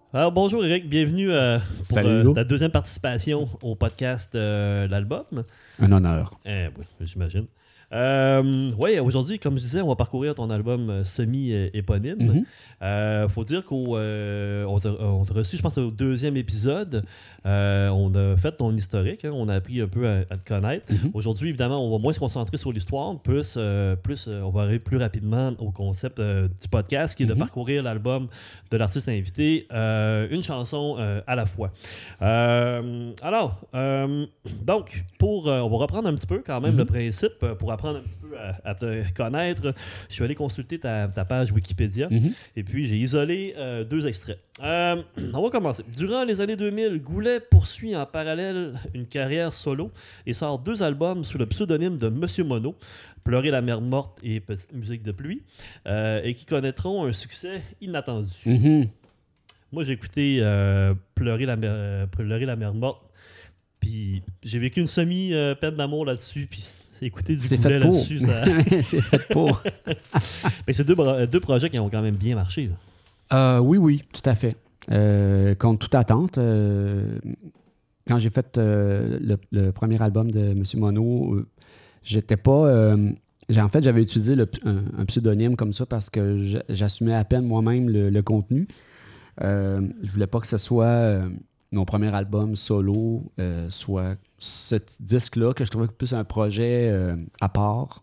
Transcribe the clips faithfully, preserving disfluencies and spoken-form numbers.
Alors, bonjour Eric, bienvenue euh, pour euh, ta deuxième participation au podcast euh, L'Album. Un honneur. Eh oui, j'imagine. Euh, oui, aujourd'hui, comme je disais, on va parcourir ton album euh, semi-éponyme. Il mm-hmm. euh, faut dire qu'on euh, on t'a, on t'a reçu, je pense, au deuxième épisode. Euh, on a fait ton historique, hein, on a appris un peu à, à te connaître. Mm-hmm. Aujourd'hui, évidemment, on va moins se concentrer sur l'histoire, plus, euh, plus euh, on va arriver plus rapidement au concept euh, du podcast, qui est mm-hmm. de parcourir l'album de l'artiste invité, euh, une chanson euh, à la fois. Euh, alors, euh, donc, pour, euh, on va reprendre un petit peu quand même mm-hmm. le principe pour apprendre un petit peu à, à te connaître. Je suis allé consulter ta, ta page Wikipédia mm-hmm. et puis j'ai isolé euh, deux extraits. Euh, on va commencer. Durant les années deux mille, Goulet poursuit en parallèle une carrière solo et sort deux albums sous le pseudonyme de Monsieur Mono, Pleurer la mer morte et Petite musique de pluie, euh, et qui connaîtront un succès inattendu. Mm-hmm. Moi, j'ai écouté euh, Pleurer la mer, euh, Pleurer la mer morte, puis j'ai vécu une semi-peine d'amour là-dessus, puis écouter du c'est Goulet fait là-dessus, ça... c'est fait pour. Mais c'est deux, deux projets qui ont quand même bien marché. Euh, oui, oui, tout à fait. Euh, contre toute attente, euh, quand j'ai fait euh, le, le premier album de Monsieur Mono, euh, j'étais pas... Euh, j'ai, en fait, j'avais utilisé le, un, un pseudonyme comme ça parce que j'assumais à peine moi-même le, le contenu. Euh, je voulais pas que ce soit... Euh, mon premier album solo, euh, soit ce disque-là, que je trouvais plus un projet euh, à part,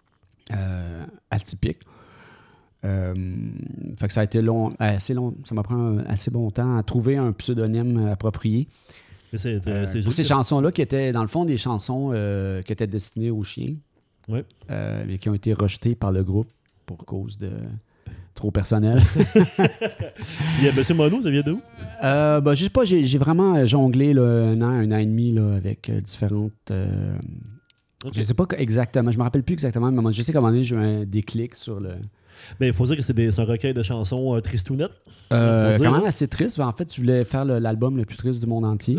euh, atypique. Euh, fait que ça a été long, assez long, ça m'a pris un, assez bon temps à trouver un pseudonyme approprié. C'est, euh, c'est pour ces que... chansons-là qui étaient, dans le fond, des chansons euh, qui étaient destinées aux chiens, oui. euh, mais qui ont été rejetées par le groupe pour cause de... trop personnel. Il y a Monsieur Mono, ça vient d'où? Euh, ben, je sais pas, j'ai, j'ai vraiment jonglé là, un an, un an et demi là, avec euh, différentes... Euh, okay. Je sais pas exactement, je me rappelle plus exactement, mais je sais qu'à un moment donné, j'ai eu un déclic sur le... Ben, il faut dire que c'est, des, c'est un recueil de chansons euh, tristounettes. Euh, quand même assez triste. En fait, je voulais faire le, l'album le plus triste du monde entier.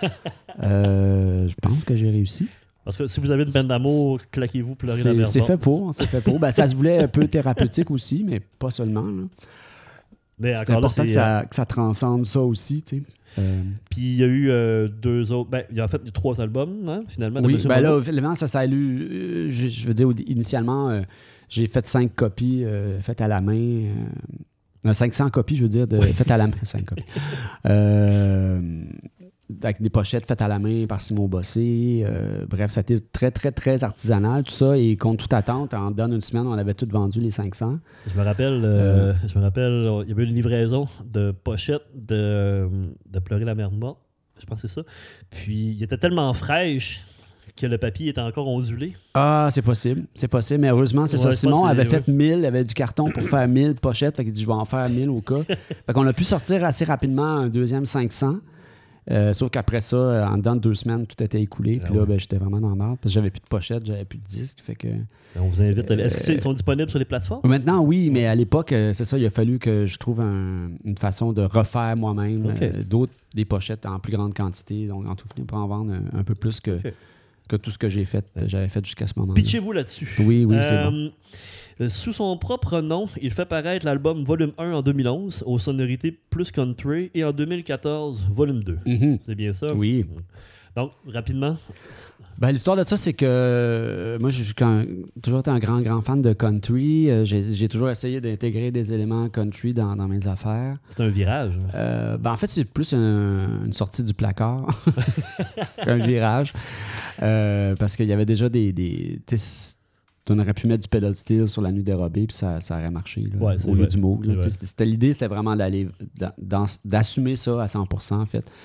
euh, je pense que j'ai réussi. Parce que si vous avez une peine d'amour, claquez-vous, pleurez c'est, la mer c'est morte. fait pour, c'est fait pour. Ben, ça se voulait un peu thérapeutique aussi, mais pas seulement. Là. Mais c'est encore important là, c'est, que, ça, que ça transcende ça aussi, tu sais. Euh... Puis il y a eu euh, deux autres... Ben, il y a en fait trois albums, hein, finalement. Oui, de ben là, finalement, ça s'est lu... Euh, je, je veux dire, initialement, euh, j'ai fait cinq copies euh, faites à la main. Euh, cinq cents copies, je veux dire, de, oui. faites à la main. cinq copies. Euh, avec des pochettes faites à la main par Simon Bossé. Euh, bref, ça a été très, très, très artisanal, tout ça. Et contre toute attente, en dedans d'une semaine, on avait tout vendu, les cinq cents. Je me rappelle, euh, euh, je me rappelle, il y avait une livraison de pochettes de, de Pleurer la mer morte. Je pense que c'est ça. Puis, il était tellement fraîche que le papier était encore ondulé. Ah, c'est possible. C'est possible. Mais heureusement, c'est ouais, ça. Simon avait fait ouais. mille, il avait du carton pour faire mille pochettes. Fait qu'il dit, je vais en faire mille au cas. Fait qu'on a pu sortir assez rapidement un deuxième cinq cents. Euh, sauf qu'après ça, en dedans de deux semaines, tout était écoulé. Puis ah là, ouais. ben, j'étais vraiment dans la merde parce que j'avais plus de pochette, j'avais plus de disques. Fait que, on vous invite à... Est-ce qu'ils sont disponibles sur les plateformes? Maintenant, oui, mais à l'époque, c'est ça, il a fallu que je trouve un, une façon de refaire moi-même okay. euh, d'autres, des pochettes en plus grande quantité. Donc, en tout cas, pour en vendre un, un peu plus que, okay. que tout ce que j'ai fait, ouais. j'avais fait jusqu'à ce moment-là. Pitchez-vous là-dessus. Oui, oui, euh, c'est bon. Sous son propre nom, il fait paraître l'album Volume un en deux mille onze, aux sonorités plus country, et en deux mille quatorze, Volume deux. Mm-hmm. C'est bien ça? Oui. Donc, rapidement... Ben, l'histoire de ça, c'est que euh, moi, j'ai quand, toujours été un grand, grand fan de country. Euh, j'ai, j'ai toujours essayé d'intégrer des éléments country dans, dans mes affaires. C'est un virage? Euh, ben, en fait, c'est plus un, une sortie du placard qu'un virage. Euh, parce qu'il y avait déjà des... des on aurait pu mettre du pedal steel sur La Nuit dérobée, puis ça, ça aurait marché là, ouais, au lieu du Moog. C'était, c'était l'idée, c'était vraiment d'aller, dans, d'assumer ça à cent pour cent, en fait.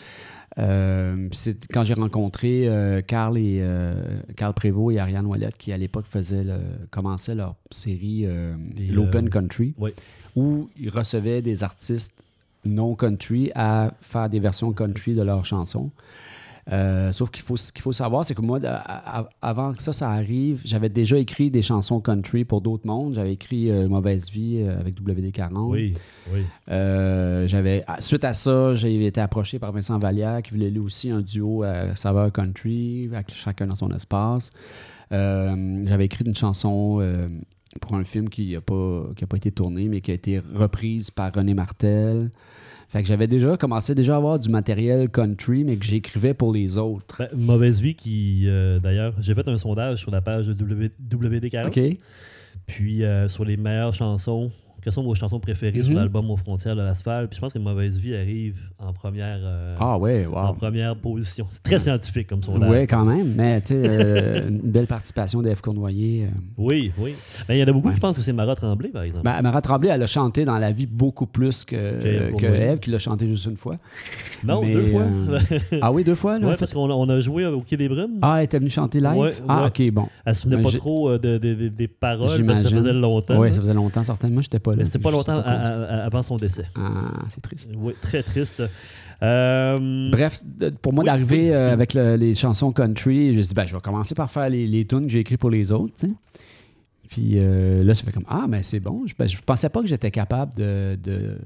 Euh, c'est quand j'ai rencontré euh, Carl et euh, Carl Prévost et Ariane Ouellette qui à l'époque faisaient le, commençaient leur série euh, l'Open euh, Country, oui. où ils recevaient des artistes non country à faire des versions country de leurs chansons. Euh, sauf qu'il faut, ce qu'il faut savoir, c'est que moi, à, à, avant que ça, ça arrive, j'avais déjà écrit des chansons country pour d'autres mondes. J'avais écrit euh, Mauvaise Vie euh, avec W D quarante. Oui, oui. Euh, j'avais, suite à ça, j'ai été approché par Vincent Vallière qui voulait lui aussi un duo à saveur country, avec chacun dans son espace. Euh, j'avais écrit une chanson euh, pour un film qui n'a pas, qui a pas été tourné, mais qui a été reprise par René Martel. Fait que j'avais déjà commencé déjà à avoir du matériel country, mais que j'écrivais pour les autres. Ben, Mauvaise Vie, qui, euh, d'ailleurs, j'ai fait un sondage sur la page de W- WD quarante. OK. Puis euh, sur les meilleures chansons, quelles sont vos chansons préférées Mm-hmm. sur l'album Aux frontières de l'asphalte. Puis je pense que Mauvaise Vie arrive en première, euh, Ah ouais, en wow. première position. C'est très scientifique comme sondage. Oui, quand même, mais tu sais, euh, une belle participation d'Ève Cournoyer. euh. Oui, oui. Ben, il y en a beaucoup Ouais. qui pensent que c'est Mara Tremblay, par exemple. Ben, Mara Tremblay, elle a chanté dans la vie beaucoup plus que, Que que Cournoyer. Ève, qui l'a chanté juste une fois. non, mais, deux fois. euh, Ah oui, deux fois, là? Oui, en fait? parce qu'on a, on a joué au Quai des Brumes. Ah, elle était venue chanter live? Ouais, ah, ouais. OK, bon. Elle se souvenait Ben, pas j'ai- trop euh, de, de- de- des paroles, parce que ça J'imagine. faisait longtemps. Oui, là. ça faisait longtemps, certainement. J'étais pas là. Mais c'était pas Je sais longtemps pas à- comment- à- à- avant son décès. Ah, c'est triste. Oui, très triste. Euh, Bref, de- pour moi, Oui, d'arriver oui. euh, avec le- les chansons country, je me suis dit, ben, je vais commencer par faire les, les tunes que j'ai écrites pour les autres, tu sais. Puis euh, là, ça fait comme, ah, mais c'est bon. Je, ben, je pensais pas que j'étais capable de, de-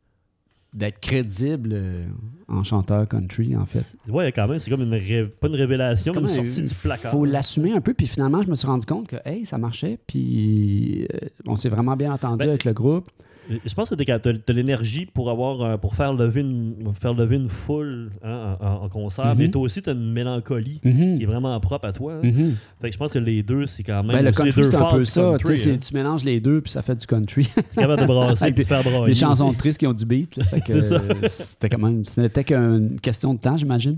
d'être crédible euh, en chanteur country, en fait. Ouais, quand même, c'est comme une ré- pas une révélation, mais une Comme un- sortie du placard. faut l'assumer un peu. Puis finalement, je me suis rendu compte que, hey, ça marchait. Puis euh, on s'est vraiment bien entendu Ben, avec le groupe. Je pense que tu as l'énergie pour avoir euh, pour faire lever une, faire lever une foule hein, en, en concert, Mhm. mais toi aussi, tu as une mélancolie Mhm. qui est vraiment propre à toi. hein. Mhm. Fait que je pense que les deux, c'est quand même Ben, le aussi les country, deux c'est un phares peu du ça. country, Tu sais, c'est- hein. tu mélanges les deux, puis ça fait du country. T'es capable de brasser et Avec de faire broyer. Des chansons tristes qui ont du beat. là. Fait que, C'est ça. euh, c'était quand même, ce n'était qu'une question de temps, j'imagine.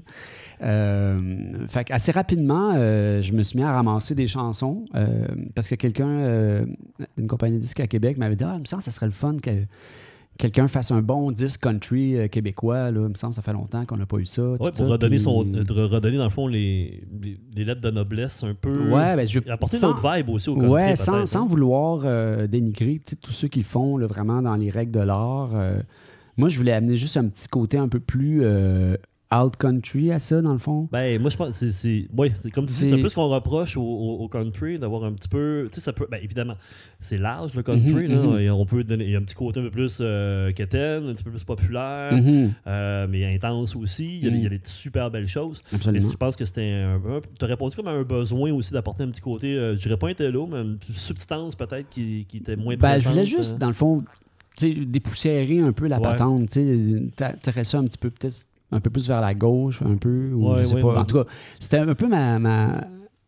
Euh, fait que assez rapidement, euh, je me suis mis à ramasser des chansons euh, parce que quelqu'un, euh, une compagnie de disques à Québec, m'avait dit, ah, il me semble que ça serait le fun que quelqu'un fasse un bon disque country euh, québécois. Là. Il me semble que ça fait longtemps qu'on n'a pas eu ça. tout Ouais, pour ça. redonner, Puis- son, euh, de redonner, dans le fond, les, les, les lettres de noblesse un peu. Ouais, ben, je Apporter sans- une autre vibe aussi au country. Ouais, peut-être, sans, hein. sans vouloir euh, dénigrer tu sais, tous ceux qui le font là, vraiment dans les règles de l'art. euh, moi, je voulais amener juste un petit côté un peu plus euh, alt country à ça, dans le fond. Ben, moi, je pense que c'est, c'est, ouais, c'est comme tu dis, C'est- c'est un peu ce qu'on reproche au, au- au country, d'avoir un petit peu. Tu sais, ça peut. Ben, évidemment, c'est large le country. Mhm, là, mhm. et on peut donner, il y a un petit côté un peu plus euh, quétaine, un petit peu plus populaire, Mhm, euh, mais intense aussi. Il y, a, des- il y a des super belles choses. Mais absolument. je pense que c'était un. un tu as répondu comme à un besoin aussi d'apporter un petit côté, euh, je dirais pas un télo, mais une substance peut-être qui, qui était moins Ben, présente. je voulais juste, hein. dans le fond, tu sais, dépoussiérer un peu la Ouais. patente. Tu sais, t'a- tirer ça un petit peu, peut-être un peu plus vers la gauche, un peu. Ou Ouais, je sais ouais, pas. ouais. En tout cas, c'était un peu ma. ma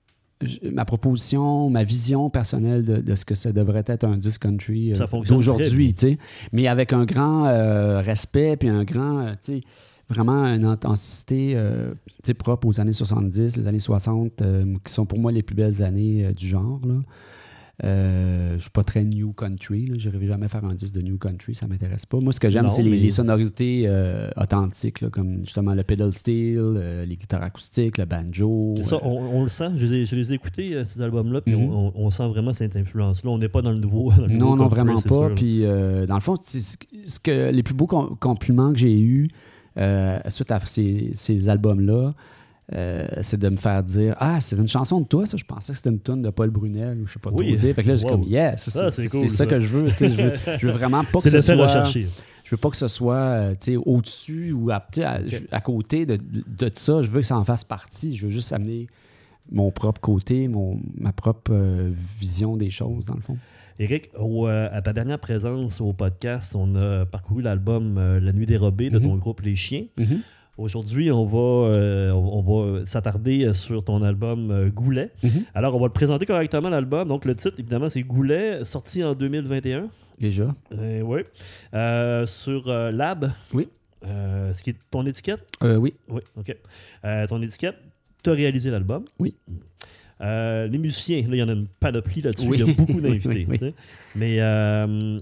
ma proposition, ma vision personnelle de, de ce que ça devrait être un disque country euh, Ça fonctionne très d'aujourd'hui, tu sais. Mais avec un grand euh, respect, puis un grand, euh, tu sais, vraiment une intensité euh, tu sais, propre aux années soixante-dix, les années soixante, euh, qui sont pour moi les plus belles années euh, du genre, là. Euh, je suis pas très new country. Je n'arriverai jamais à faire un disque de new country, ça m'intéresse pas. Moi, ce que j'aime, Non, c'est les, mais- les sonorités euh, authentiques, là, comme justement le pedal steel, euh, les guitares acoustiques, le banjo. C'est ça, euh, on, on le sent. Je les ai, je les ai écoutés, euh, ces albums-là, puis Mhm. on, on sent vraiment cette influence-là. On n'est pas dans le nouveau. dans le non, nouveau non, country, vraiment c'est pas. sûr. Puis, euh, dans le fond, c'est ce que- ce que, les plus beaux com- compliments que j'ai eus euh, suite à ces, ces albums-là, euh, c'est de me faire dire, ah, c'est une chanson de toi, ça. Je pensais que c'était une tune de Paul Brunel ou je sais pas Oui. trop. tu sais. Fait que là, j'ai Wow. comme, yes, c'est Ah, c'est- c'est c'est cool, ça ça. que je veux. tu sais. Je veux. Je veux vraiment pas que C'est ce l'effet soit. recherché. Je veux pas que ce soit euh, tu sais, au-dessus ou à, tu sais, à, Ok. à côté de, de, de ça. Je veux que ça en fasse partie. Je veux juste amener mon propre côté, mon, ma propre euh, vision des choses, dans le fond. Éric, au, euh, à ta dernière présence au podcast, on a parcouru l'album euh, La Nuit dérobée de ton Mhm. groupe Les Chiens. Aujourd'hui, on va, euh, on on va s'attarder sur ton album euh, Goulet. Mhm. Alors, on va le présenter correctement, l'album. Donc, le titre, évidemment, c'est Goulet, sorti en deux mille vingt et un. Déjà. Euh, oui. Euh, sur euh, Lab. Oui. Euh, ce qui est ton étiquette. Euh, oui. Oui, OK. Euh, ton étiquette, tu as réalisé l'album. Oui. Euh, les musiciens, là, il y en a une panoplie là-dessus. Oui. Il y a beaucoup Oui, d'invités. oui, oui. tu sais. Mais euh,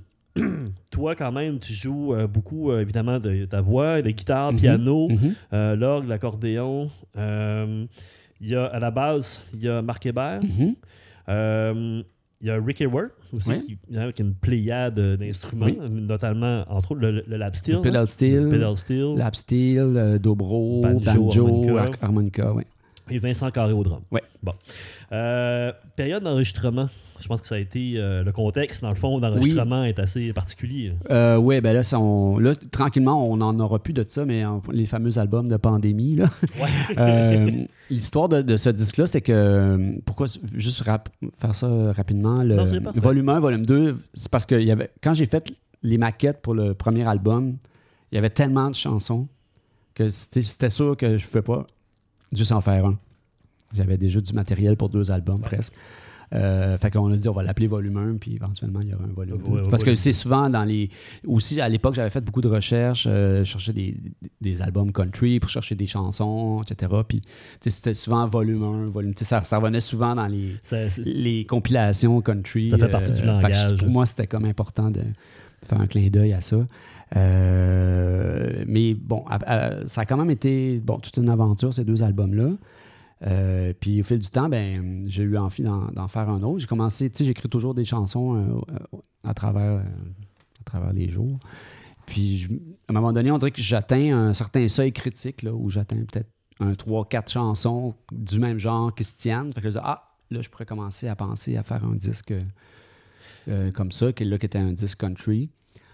toi, quand même, tu joues euh, beaucoup, euh, évidemment, de ta voix, de guitare, Mhm. piano, Mhm. euh, l'orgue, l'accordéon. Euh, Il y a, à la base, il y a Marc Hébert. Mhm. Euh, Il y a Rick Hayward aussi, Oui. qui, hein, qui a une pléiade d'instruments, Oui. notamment, entre autres, le, le lap steel. Le pedal hein. steel, Le pedal steel. lap steel, euh, dobro, Banjo, banjo, harmonica. har- harmonica, oui. Et Vincent Carré au drum. Ouais. Bon. Euh, période d'enregistrement. Je pense que ça a été euh, le contexte, dans le fond, d'enregistrement est assez particulier. Euh, oui, ben là, ça, on- là, tranquillement, on n'en aura plus de ça, mais en- les fameux albums de pandémie, là. Ouais. Euh, l'histoire de, de ce disque-là, c'est que, pourquoi juste rap- faire ça rapidement, le Non, c'est parfait. volume un, volume deux, c'est parce que il y avait, quand j'ai fait les maquettes pour le premier album, il y avait tellement de chansons que c'était, c'était sûr que je ne pouvais pas juste en faire un. J'avais déjà du matériel pour deux albums ouais. presque. Euh, fait qu'on a dit on va l'appeler volume un, puis éventuellement il y aura un volume deux. Ouais, Parce que c'est souvent dans les. Aussi, à l'époque, j'avais fait beaucoup de recherches, euh, je cherchais des, des albums country pour chercher des chansons, et cetera. Puis c'était souvent volume un, volume deux. Ça, ça revenait souvent dans les, ça, les compilations country. Ça fait partie euh, du langage. Pour moi, c'était comme important de, de faire un clin d'œil à ça. Euh, mais bon, à, à, ça a quand même été bon, toute une aventure, ces deux albums-là. Euh, puis au fil du temps, ben, j'ai eu envie d'en, d'en faire un autre. J'ai commencé, tu sais, j'écris toujours des chansons euh, à, travers, euh, à travers les jours. Puis je, à un moment donné, on dirait que j'atteins un certain seuil critique, là, où j'atteins peut-être un, trois, quatre chansons du même genre qui se tiennent. Fait que je dis, ah, là, je pourrais commencer à penser à faire un disque euh, comme ça, qui, là, qui était un disque country.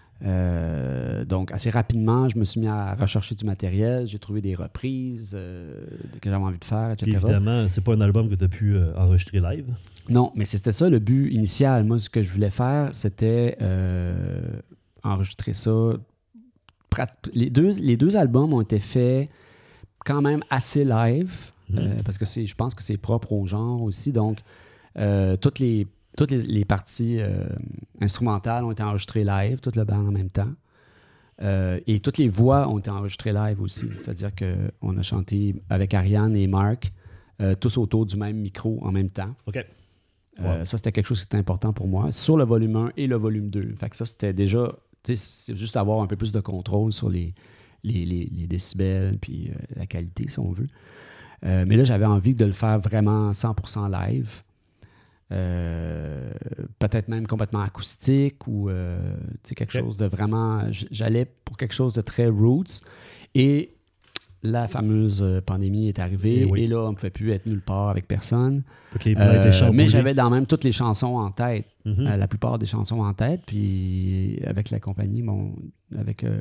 Euh, donc, assez rapidement, je me suis mis à rechercher du matériel. J'ai trouvé des reprises euh, que j'avais envie de faire, et cetera. Évidemment, c'est pas un album que tu as pu euh, enregistrer live. Non, mais c'était ça le but initial. Moi, ce que je voulais faire, c'était euh, enregistrer ça. Les deux, les deux albums ont été faits quand même assez live, mmh. euh, parce que c'est, je pense que c'est propre au genre aussi. Donc, euh, toutes les Toutes les, les parties euh, instrumentales ont été enregistrées live, toute le band en même temps. Euh, et toutes les voix ont été enregistrées live aussi. C'est-à-dire qu'on a chanté avec Ariane et Marc, euh, tous autour du même micro en même temps. OK. Euh, wow. Ça, c'était quelque chose qui était important pour moi, sur le volume un et le volume deux. Fait que ça, c'était déjà... C'est juste avoir un peu plus de contrôle sur les, les, les, les décibels puis euh, la qualité, si on veut. Euh, mais là, j'avais envie de le faire vraiment cent pour cent live. Euh, peut-être même complètement acoustique ou euh, quelque okay. chose de vraiment... J'allais pour quelque chose de très roots. Et la fameuse pandémie est arrivée. Et, oui. et là, on ne pouvait plus être nulle part avec personne. Toutes les euh, étaient mais j'avais dans même toutes les chansons en tête. Mm-hmm. Euh, la plupart des chansons en tête. Puis avec la compagnie, bon, avec... Euh,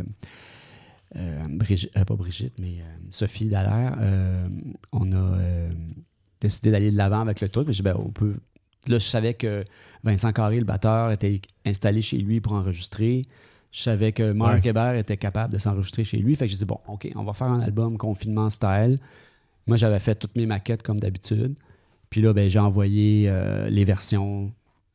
euh, Brigitte, euh, pas Brigitte, mais euh, Sophie Dallaire, euh, on a euh, décidé d'aller de l'avant avec le truc. J'ai dit, ben, on peut... Là, je savais que Vincent Carré, le batteur, était installé chez lui pour enregistrer. Je savais que Marc ouais. Hébert était capable de s'enregistrer chez lui. Fait que j'ai dit, bon, OK, on va faire un album confinement style. Moi, j'avais fait toutes mes maquettes comme d'habitude. Puis là, ben, j'ai envoyé euh, les versions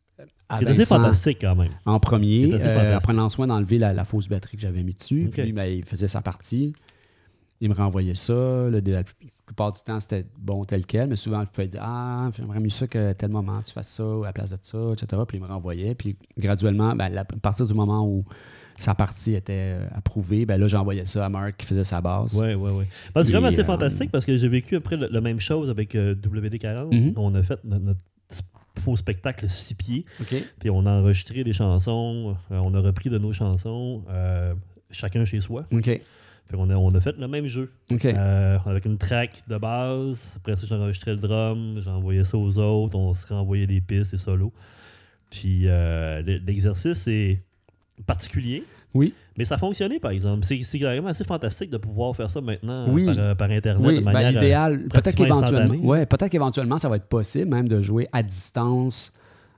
à C'est assez fantastique quand même. En premier, euh, en prenant soin d'enlever la, la fausse batterie que j'avais mis dessus. Okay. Puis ben, il faisait sa partie. Il me renvoyait ça. Là, la plupart du temps, c'était bon tel quel, mais souvent, je pouvais dire « Ah, j'aimerais mieux ça que tel moment, tu fasses ça à la place de ça, et cetera » Puis il me renvoyait. Puis graduellement, ben, à partir du moment où sa partie était euh, approuvée, ben là, j'envoyais ça à Marc qui faisait sa base. Oui, oui, oui. Ben, c'est vraiment assez euh, fantastique parce que j'ai vécu après le, la même chose avec euh, W D quarante. Mm-hmm. On a fait notre, notre faux spectacle six pieds. Okay. Puis on a enregistré des chansons. Euh, on a repris de nos chansons, euh, chacun chez soi. OK. On a, on a fait le même jeu. Okay. Euh, avec une track de base. Après ça, j'ai enregistré le drum. J'ai envoyé ça aux autres. On se renvoyait des pistes et solos. Puis euh, l'exercice est particulier. Oui. Mais ça a fonctionné, par exemple. C'est, c'est vraiment assez fantastique de pouvoir faire ça maintenant oui. par, par Internet oui. de manière ben, idéal. Peut-être qu'éventuellement, ouais, peut-être qu'éventuellement, ça va être possible même de jouer à distance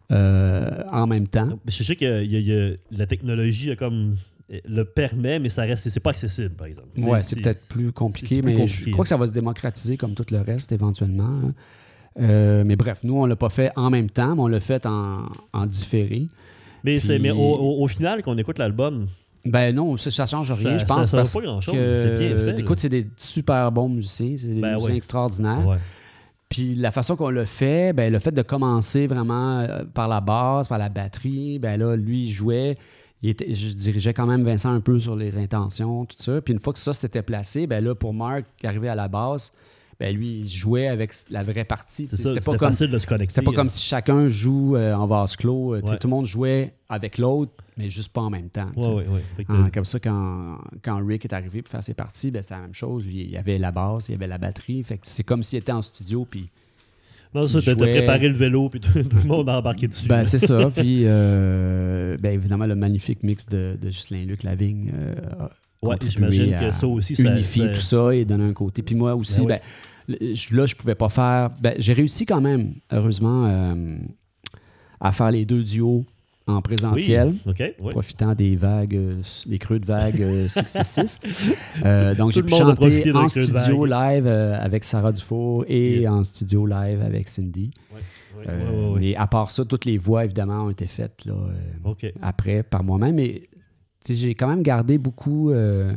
euh, en même temps. Je sais que y a, y a, la technologie a comme... le permet, mais ça reste, c'est pas accessible, par exemple. Oui, c'est, c'est peut-être plus compliqué, c'est, c'est plus mais compliqué. Je crois que ça va se démocratiser comme tout le reste, éventuellement. Hein. Euh, mais bref, nous, on l'a pas fait en même temps, mais on l'a fait en, en différé. Mais, Puis... c'est, mais au, au, au final, quand on écoute l'album... Ben non, ça, ça change rien, je pense. Ça parce pas grand-chose, que, c'est bien fait. Écoute, c'est des super bons musiciens, c'est des ben musiciens oui. extraordinaires. Ouais. Puis la façon qu'on l'a fait, ben le fait de commencer vraiment euh, par la basse, par la batterie, ben là, lui, il jouait... Il était, je dirigeais quand même Vincent un peu sur les intentions, tout ça. Puis une fois que ça s'était placé, ben là, pour Marc, qui arrivait à la base, ben lui, il jouait avec la vraie partie. C'est ça, c'était, c'était pas facile comme, de se connecter. C'était pas comme si chacun joue euh, en vase clos. Ouais. Tout le monde jouait avec l'autre, mais juste pas en même temps. Ouais, ouais, ouais. Ah, comme ça, quand, quand Rick est arrivé pour faire ses parties, ben, c'était la même chose. Lui, il y avait la basse, il y avait la batterie. Fait que c'est comme s'il était en studio, puis... Non, ça, t'as jouait... préparé le vélo, puis tout, tout le monde a embarqué dessus. Ben, c'est ça. Puis, euh, ben, évidemment, le magnifique mix de, de Ghislain-Luc Lavigne euh, a ouais, j'imagine que ça aussi, ça unifier ça... tout ça et donner un côté. Puis moi aussi, ben, oui. ben, là, je pouvais pas faire... Ben, j'ai réussi quand même, heureusement, euh, à faire les deux duos en présentiel, oui. Okay, ouais. profitant des vagues, euh, des creux de vagues euh, successifs. Euh, donc, j'ai pu chanter en studio live euh, avec Sarah Dufour et yeah. en studio live avec Cindy. Ouais, ouais, euh, ouais, ouais, ouais. Et à part ça, toutes les voix, évidemment, ont été faites là, euh, okay. après par moi-même. Mais j'ai quand même gardé beaucoup euh,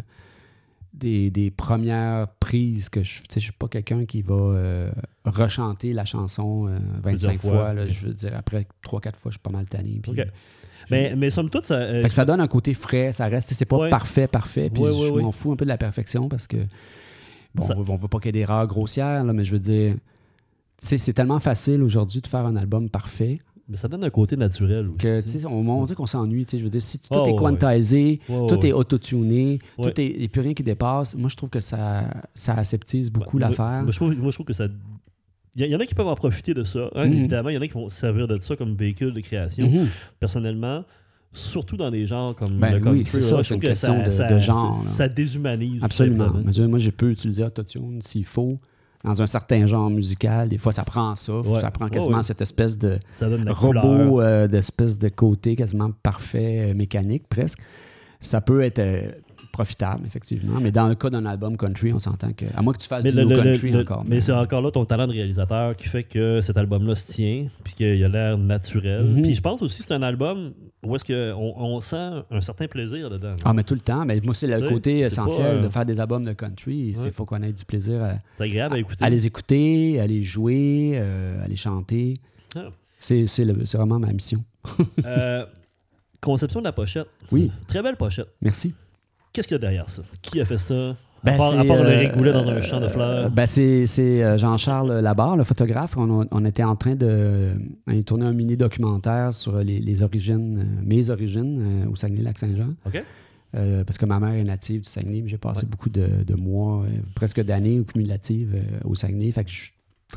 des, des premières prises que je ne suis pas quelqu'un qui va euh, rechanter la chanson euh, vingt-cinq fois. fois là, je veux dire, après trois quatre fois, je suis pas mal tanné. Puis, okay. Mais, mais somme toute, ça... Euh, fait que ça donne un côté frais, ça reste, c'est pas ouais. parfait, parfait, puis ouais, je ouais, m'en ouais. fous un peu de la perfection parce que, bon, ça... on ne veut pas qu'il y ait d'erreurs grossières, là, mais je veux dire, c'est tellement facile aujourd'hui de faire un album parfait. Mais ça donne un côté naturel aussi. Que, on, on dit qu'on s'ennuie, je veux dire, si tout oh, est quantisé, ouais. Ouais, tout ouais. est autotuné, ouais. tout est, il n'y a plus rien qui dépasse, moi je trouve que ça, ça aseptise beaucoup ouais, l'affaire. Moi, moi, moi je trouve que ça... Il y en a qui peuvent en profiter de ça, hein, mm-hmm. évidemment, il y en a qui vont servir de ça comme véhicule de création. Mm-hmm. Personnellement, surtout dans des genres comme ben le country, oui, c'est ça, c'est une que question ça, de, ça, de genre. Ça, ça déshumanise. Absolument. Mais moi, je peux utiliser Autotune s'il faut. Dans un certain genre musical, des fois, ça prend ça. Ouais. Ça prend quasiment oh, oui. cette espèce de robot, euh, d'espèce de côté quasiment parfait, euh, mécanique presque. Ça peut être euh, profitable, effectivement. Mais dans le cas d'un album country, on s'entend que... À moins que tu fasses mais du le, no country le, encore. Mais, mais c'est encore là ton talent de réalisateur qui fait que cet album-là se tient, puis qu'il a l'air naturel. Mm-hmm. Puis je pense aussi que c'est un album où est-ce qu'on on sent un certain plaisir dedans. Ah, mais tout le temps. Mais moi, c'est le côté essentiel pas, euh... de faire des albums de country. Il ouais. faut qu'on ait du plaisir à, agréable à, écouter. à les écouter, à les jouer, euh, à les chanter. Ah. C'est vraiment ma mission. euh, conception de la pochette. Oui. Très belle pochette. Merci. Qu'est-ce qu'il y a derrière ça? Qui a fait ça? Ben à, part, à part euh, le Éric Goulet dans un champ de fleurs. Ben c'est Jean-Charles Labarre, le photographe. On, on était en train de on tourner un mini-documentaire sur les, les origines, mes origines euh, au Saguenay-Lac-Saint-Jean. OK. Euh, parce que ma mère est native du Saguenay, mais j'ai passé ouais. beaucoup de, de mois, euh, presque d'années cumulatives euh, au Saguenay. Fait que je,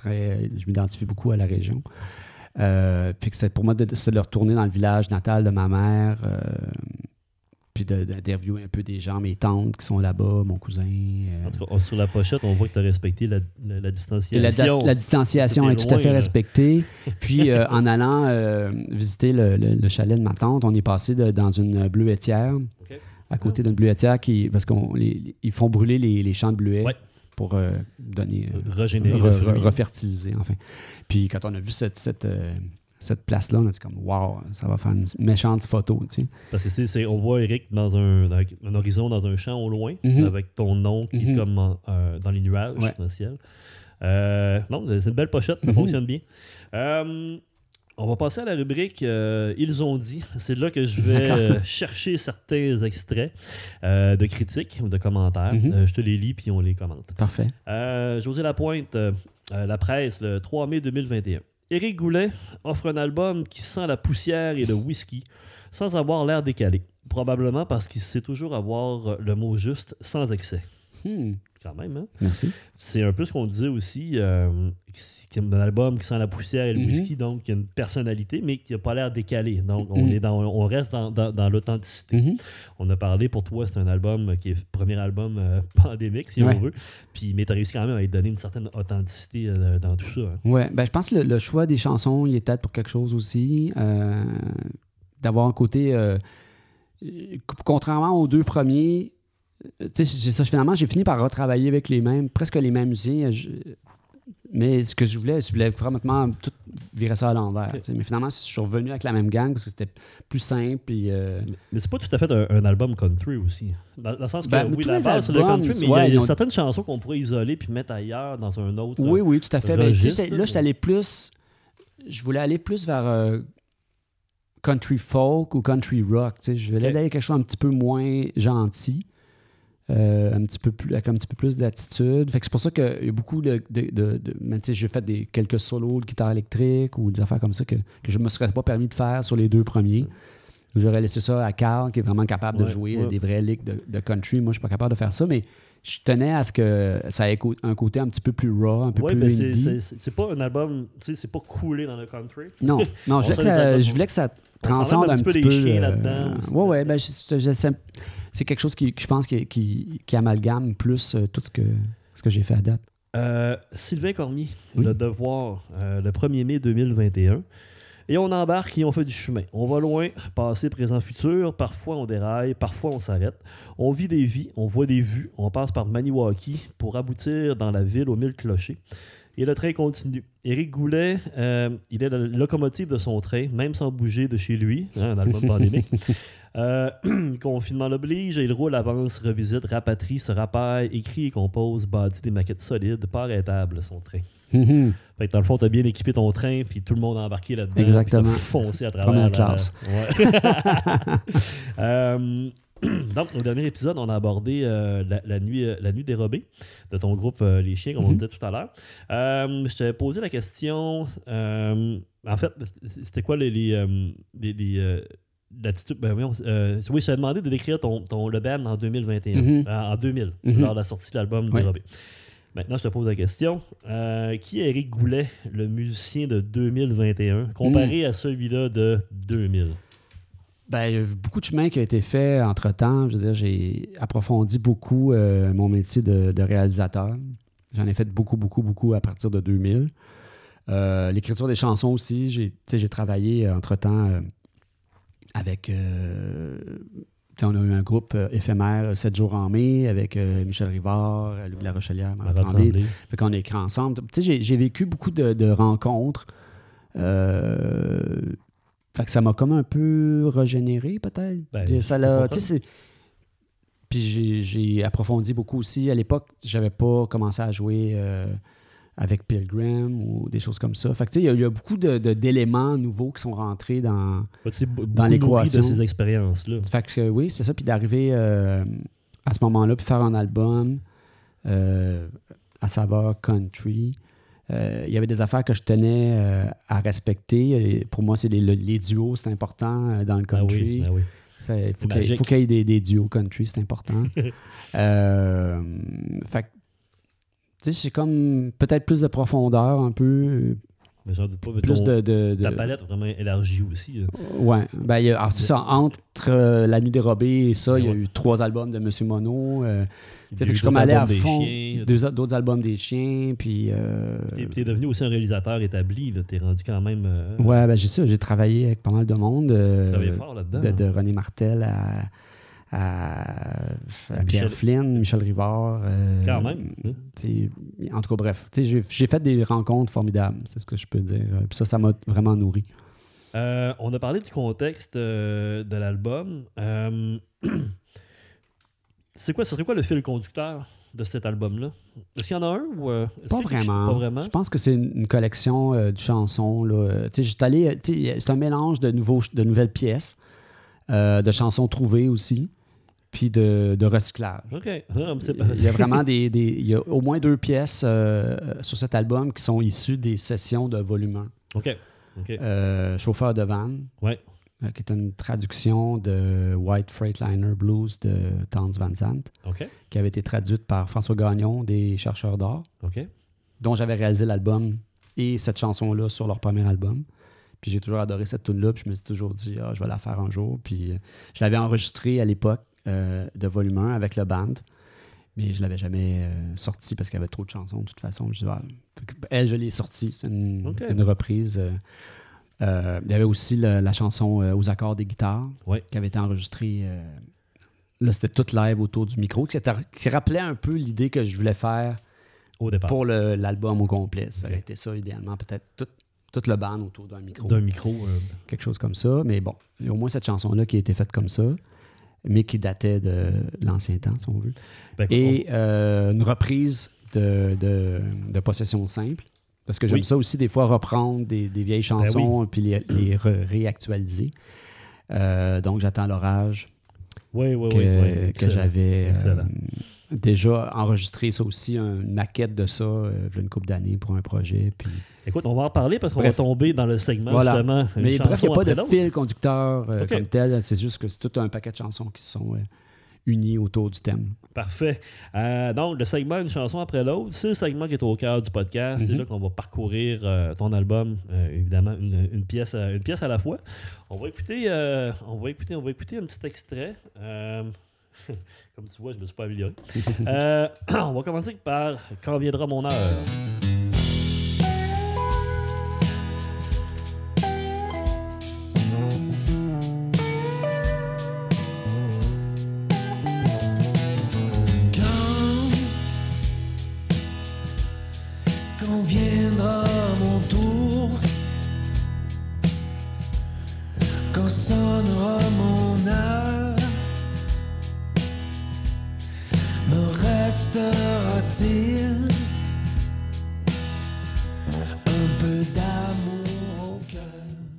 je m'identifie beaucoup à la région. Euh, puis que c'était pour moi de, de, de, de retourner dans le village natal de ma mère. Euh, puis d'interviewer un peu des gens, mes tantes qui sont là-bas, mon cousin. Euh... En tout cas, sur la pochette, on voit que tu as respecté la, la, la distanciation. La, la distanciation est loin, tout à fait là. respectée. Puis, euh, en allant euh, visiter le, le, le chalet de ma tante, on est passé de, dans une bleuetière, okay. à côté d'une bleuetière, qui, parce qu'ils font brûler les, les champs de bleuets ouais. pour euh, donner... Euh, Régénérer re, re, refertiliser, enfin. Puis, quand on a vu cette... cette euh, cette place-là, on a dit comme « Wow, ça va faire une méchante photo. » tu sais. Parce que c'est, on voit Éric dans un, dans un horizon, dans un champ au loin, mm-hmm. avec ton nom qui mm-hmm. est comme en, euh, dans les nuages ouais. dans le ciel. Euh, non, c'est une belle pochette, ça mm-hmm. fonctionne bien. Euh, on va passer à la rubrique euh, « Ils ont dit ». C'est là que je vais euh, chercher certains extraits euh, de critiques ou de commentaires. Mm-hmm. euh, je te les lis puis on les commente. Parfait. Euh, José Lapointe, euh, La Presse, le trois mai deux mille vingt et un. Éric Goulet offre un album qui sent la poussière et le whisky sans avoir l'air décalé. Probablement parce qu'il sait toujours avoir le mot juste sans excès. Hmm. Quand même, hein? Merci. C'est un peu ce qu'on disait aussi. Euh, c'est un album qui sent la poussière et le mm-hmm. whisky, donc qui a une personnalité, mais qui n'a pas l'air décalé. Donc, on, mm-hmm. est dans, on reste dans, dans, dans l'authenticité. Mm-hmm. On a parlé, pour toi, c'est un album qui est le premier album euh, pandémique, si ouais. on veut. Puis, mais tu as réussi quand même à lui donner une certaine authenticité euh, dans tout ça. Hein. Oui, ben, je pense que le, le choix des chansons, il est peut-être pour quelque chose aussi. Euh, d'avoir un côté... Euh, contrairement aux deux premiers... Tu sais, ça, finalement, j'ai fini par retravailler avec les mêmes, presque les mêmes musiciens. Je, mais ce que je voulais, je voulais vraiment tout virer ça à l'envers. Okay. Mais finalement, je suis revenu avec la même gang parce que c'était plus simple. Puis, euh... Mais, mais c'est pas tout à fait un, un album country aussi. Dans, dans le sens que, ben, oui, la base, c'est le country, mais ouais, il y a, il y a ont... certaines chansons qu'on pourrait isoler puis mettre ailleurs dans un autre. Oui, oui, tout à fait. Registre, ben, là, là je suis allé plus... Je voulais aller plus vers... Euh, country folk ou country rock. Je voulais okay. aller quelque chose un petit peu moins gentil. Euh, un petit peu plus, avec un petit peu plus d'attitude. Fait que c'est pour ça qu'il y a beaucoup de... de, de, de mais j'ai fait des, quelques solos de guitare électrique ou des affaires comme ça que, que je ne me serais pas permis de faire sur les deux premiers. J'aurais laissé ça à Carl, qui est vraiment capable ouais, de jouer ouais. des vrais licks de, de country. Moi, je ne suis pas capable de faire ça, mais je tenais à ce que ça ait un côté un petit peu plus raw, un peu ouais, plus indie. C'est, c'est, c'est pas un album... Tu sais, c'est pas coulé dans le country. Non, non je, voulais que ça, je voulais que ça transcende un, un petit peu... Les chiens euh, là-dedans. Oui, oui, ben, je, je, je, c'est quelque chose qui, je pense, qui, qui, qui amalgame plus euh, tout ce que, ce que j'ai fait à date. Euh, Sylvain Cormier, oui. Le Devoir, euh, le premier mai deux mille vingt et un. Et on embarque et on fait du chemin. On va loin, passé, présent, futur. Parfois, on déraille, parfois, on s'arrête. On vit des vies, on voit des vues. On passe par Maniwaki pour aboutir dans la ville aux mille clochers. Et le train continue. Éric Goulet, euh, il est la locomotive de son train, même sans bouger de chez lui, hein, un album pandémique. Euh, confinement l'oblige, il roule, avance, revisite, rapatrie, se rapaille, écrit et compose, bâtit des maquettes solides, pas arrêtable son train. Mm-hmm. Fait que dans le fond, t'as bien équipé ton train, puis tout le monde a embarqué là-dedans. Exactement. T'as foncé à travers. Première classe. Ouais. euh, donc, au dernier épisode, on a abordé euh, la, la, nuit, euh, la nuit dérobée de ton groupe euh, Les Chiens, comme mm-hmm. on disait tout à l'heure. Euh, je t'avais posé la question. Euh, en fait, c'était quoi les. les, euh, les, les euh, l'attitude. Ben, oui, euh, oui, je t'avais demandé de décrire ton, ton, le band en deux mille vingt et un. Mm-hmm. Euh, en deux mille, mm-hmm. lors de la sortie de l'album ouais. Dérobé. Maintenant, je te pose la question. Euh, qui est Éric Goulet, le musicien de deux mille vingt et un, comparé mm. à celui-là de deux mille? Ben, il y a eu beaucoup de chemin qui a été fait entre-temps. Je veux dire, j'ai approfondi beaucoup euh, mon métier de, de réalisateur. J'en ai fait beaucoup, beaucoup, beaucoup à partir de deux mille. Euh, l'écriture des chansons aussi, j'ai, j'ai travaillé entre-temps euh, avec... Euh, on a eu un groupe euh, éphémère sept jours en mai avec euh, Michel Rivard, Louis Larochelière, Marie Tremblay. Fait qu'on a écrit ensemble. J'ai, j'ai vécu beaucoup de, de rencontres. Euh, fait que ça m'a comme un peu régénéré, peut-être. Ben, ça l'a, c'est... Puis j'ai, j'ai approfondi beaucoup aussi. À l'époque, j'avais pas commencé à jouer euh, avec Pilgrim ou des choses comme ça. Fait que tu sais, il y, y a beaucoup de, de, d'éléments nouveaux qui sont rentrés dans, b- dans l'équation. de ces expériences-là. Fait que oui, c'est ça. Puis d'arriver euh, à ce moment-là, puis faire un album euh, à saveur country. Il euh, y avait des affaires que je tenais euh, à respecter. Et pour moi, c'est les, les duos, c'est important euh, dans le country. Ah oui, ah oui. Il faut, qu'il, faut qu'il y ait des, des duos country, c'est important. euh, fait que, tu sais, c'est comme peut-être plus de profondeur un peu. Mais j'en doute pas, mais plus ton, de, de, de... ta palette vraiment élargie aussi. Là. Ouais. Ben, y a, alors, c'est ça. Entre euh, La Nuit dérobée et ça, il y a ouais. eu trois albums de Monsieur Mono. Euh, fait que je suis comme allé à fond. Chiens, deux, d'autres albums des chiens. Puis. Euh... T'es, t'es devenu aussi un réalisateur établi. Là. T'es rendu quand même. Euh... Ouais, ben j'ai ça. J'ai travaillé avec pas mal de monde. Euh, travaillé fort là-dedans. De, de René Martel à. À, à Pierre Michel... Flynn, Michel Rivard. Euh, Quand même. Hein? En tout cas, bref. J'ai, j'ai fait des rencontres formidables, c'est ce que je peux dire. Puis ça, ça m'a vraiment nourri. Euh, on a parlé du contexte euh, de l'album. Euh, c'est quoi, ce serait quoi le fil conducteur de cet album-là? Est-ce qu'il y en a un? Ou, euh, pas, vraiment. Je, pas vraiment. Je pense que c'est une, une collection euh, de chansons. Là. J'étais allé, c'est un mélange de, nouveaux, de nouvelles pièces, euh, de chansons trouvées aussi. Puis de, de recyclage. OK. Ah, c'est pas... Il y a vraiment des, des... Il y a au moins deux pièces euh, sur cet album qui sont issues des sessions de volume un. OK. okay. Euh, Chauffeur de van, ouais. euh, qui est une traduction de White Freightliner Blues de Townes Van Zandt, okay. qui avait été traduite par François Gagnon des Chercheurs d'or, okay. dont j'avais réalisé l'album et cette chanson-là sur leur premier album. Puis j'ai toujours adoré cette tune-là, puis je me suis toujours dit, ah, je vais la faire un jour. Puis euh, je l'avais enregistrée à l'époque. Euh, de volume un avec le band, mais je ne l'avais jamais euh, sorti parce qu'il y avait trop de chansons de toute façon. Je dis, ah, elle, je l'ai sortie. C'est une, okay. une reprise. Euh, euh, il y avait aussi le, la chanson euh, Aux accords des guitares ouais. qui avait été enregistrée. Euh, là, c'était toute live autour du micro, qui, était, qui rappelait un peu l'idée que je voulais faire au départ pour le, l'album au complet. Ça okay. aurait été ça, idéalement, peut-être tout, tout le band autour d'un micro. D'un micro. Euh... Quelque chose comme ça. Mais bon, il y a au moins cette chanson-là qui a été faite comme ça, mais qui datait de l'ancien temps, si on veut. Ben, et on... euh, une reprise de, de, de Possession simple, parce que j'aime oui. ça aussi, des fois, reprendre des, des vieilles chansons ben oui. puis les, les ré- réactualiser. Euh, donc, J'attends l'orage, oui, oui, que, oui, oui. que j'avais euh, déjà enregistré, ça aussi, une maquette de ça, euh, une couple d'années pour un projet. Puis... Écoute, on va en parler parce qu'on bref. va tomber dans le segment, voilà. justement. Mais bref, il n'y a pas de l'autre. fil conducteur euh, okay. comme tel. C'est juste que c'est tout un paquet de chansons qui se sont euh, unis autour du thème. Parfait. Euh, donc, le segment Une chanson après l'autre, c'est le segment qui est au cœur du podcast. Mm-hmm. C'est là qu'on va parcourir euh, ton album, euh, évidemment, une, une, pièce à, une pièce à la fois. On va écouter, euh, on va écouter, on va écouter un petit extrait. Euh, comme tu vois, je ne me suis pas amélioré. euh, on va commencer par « Quand viendra mon heure ». restera-t-il un peu d'amour au cœur?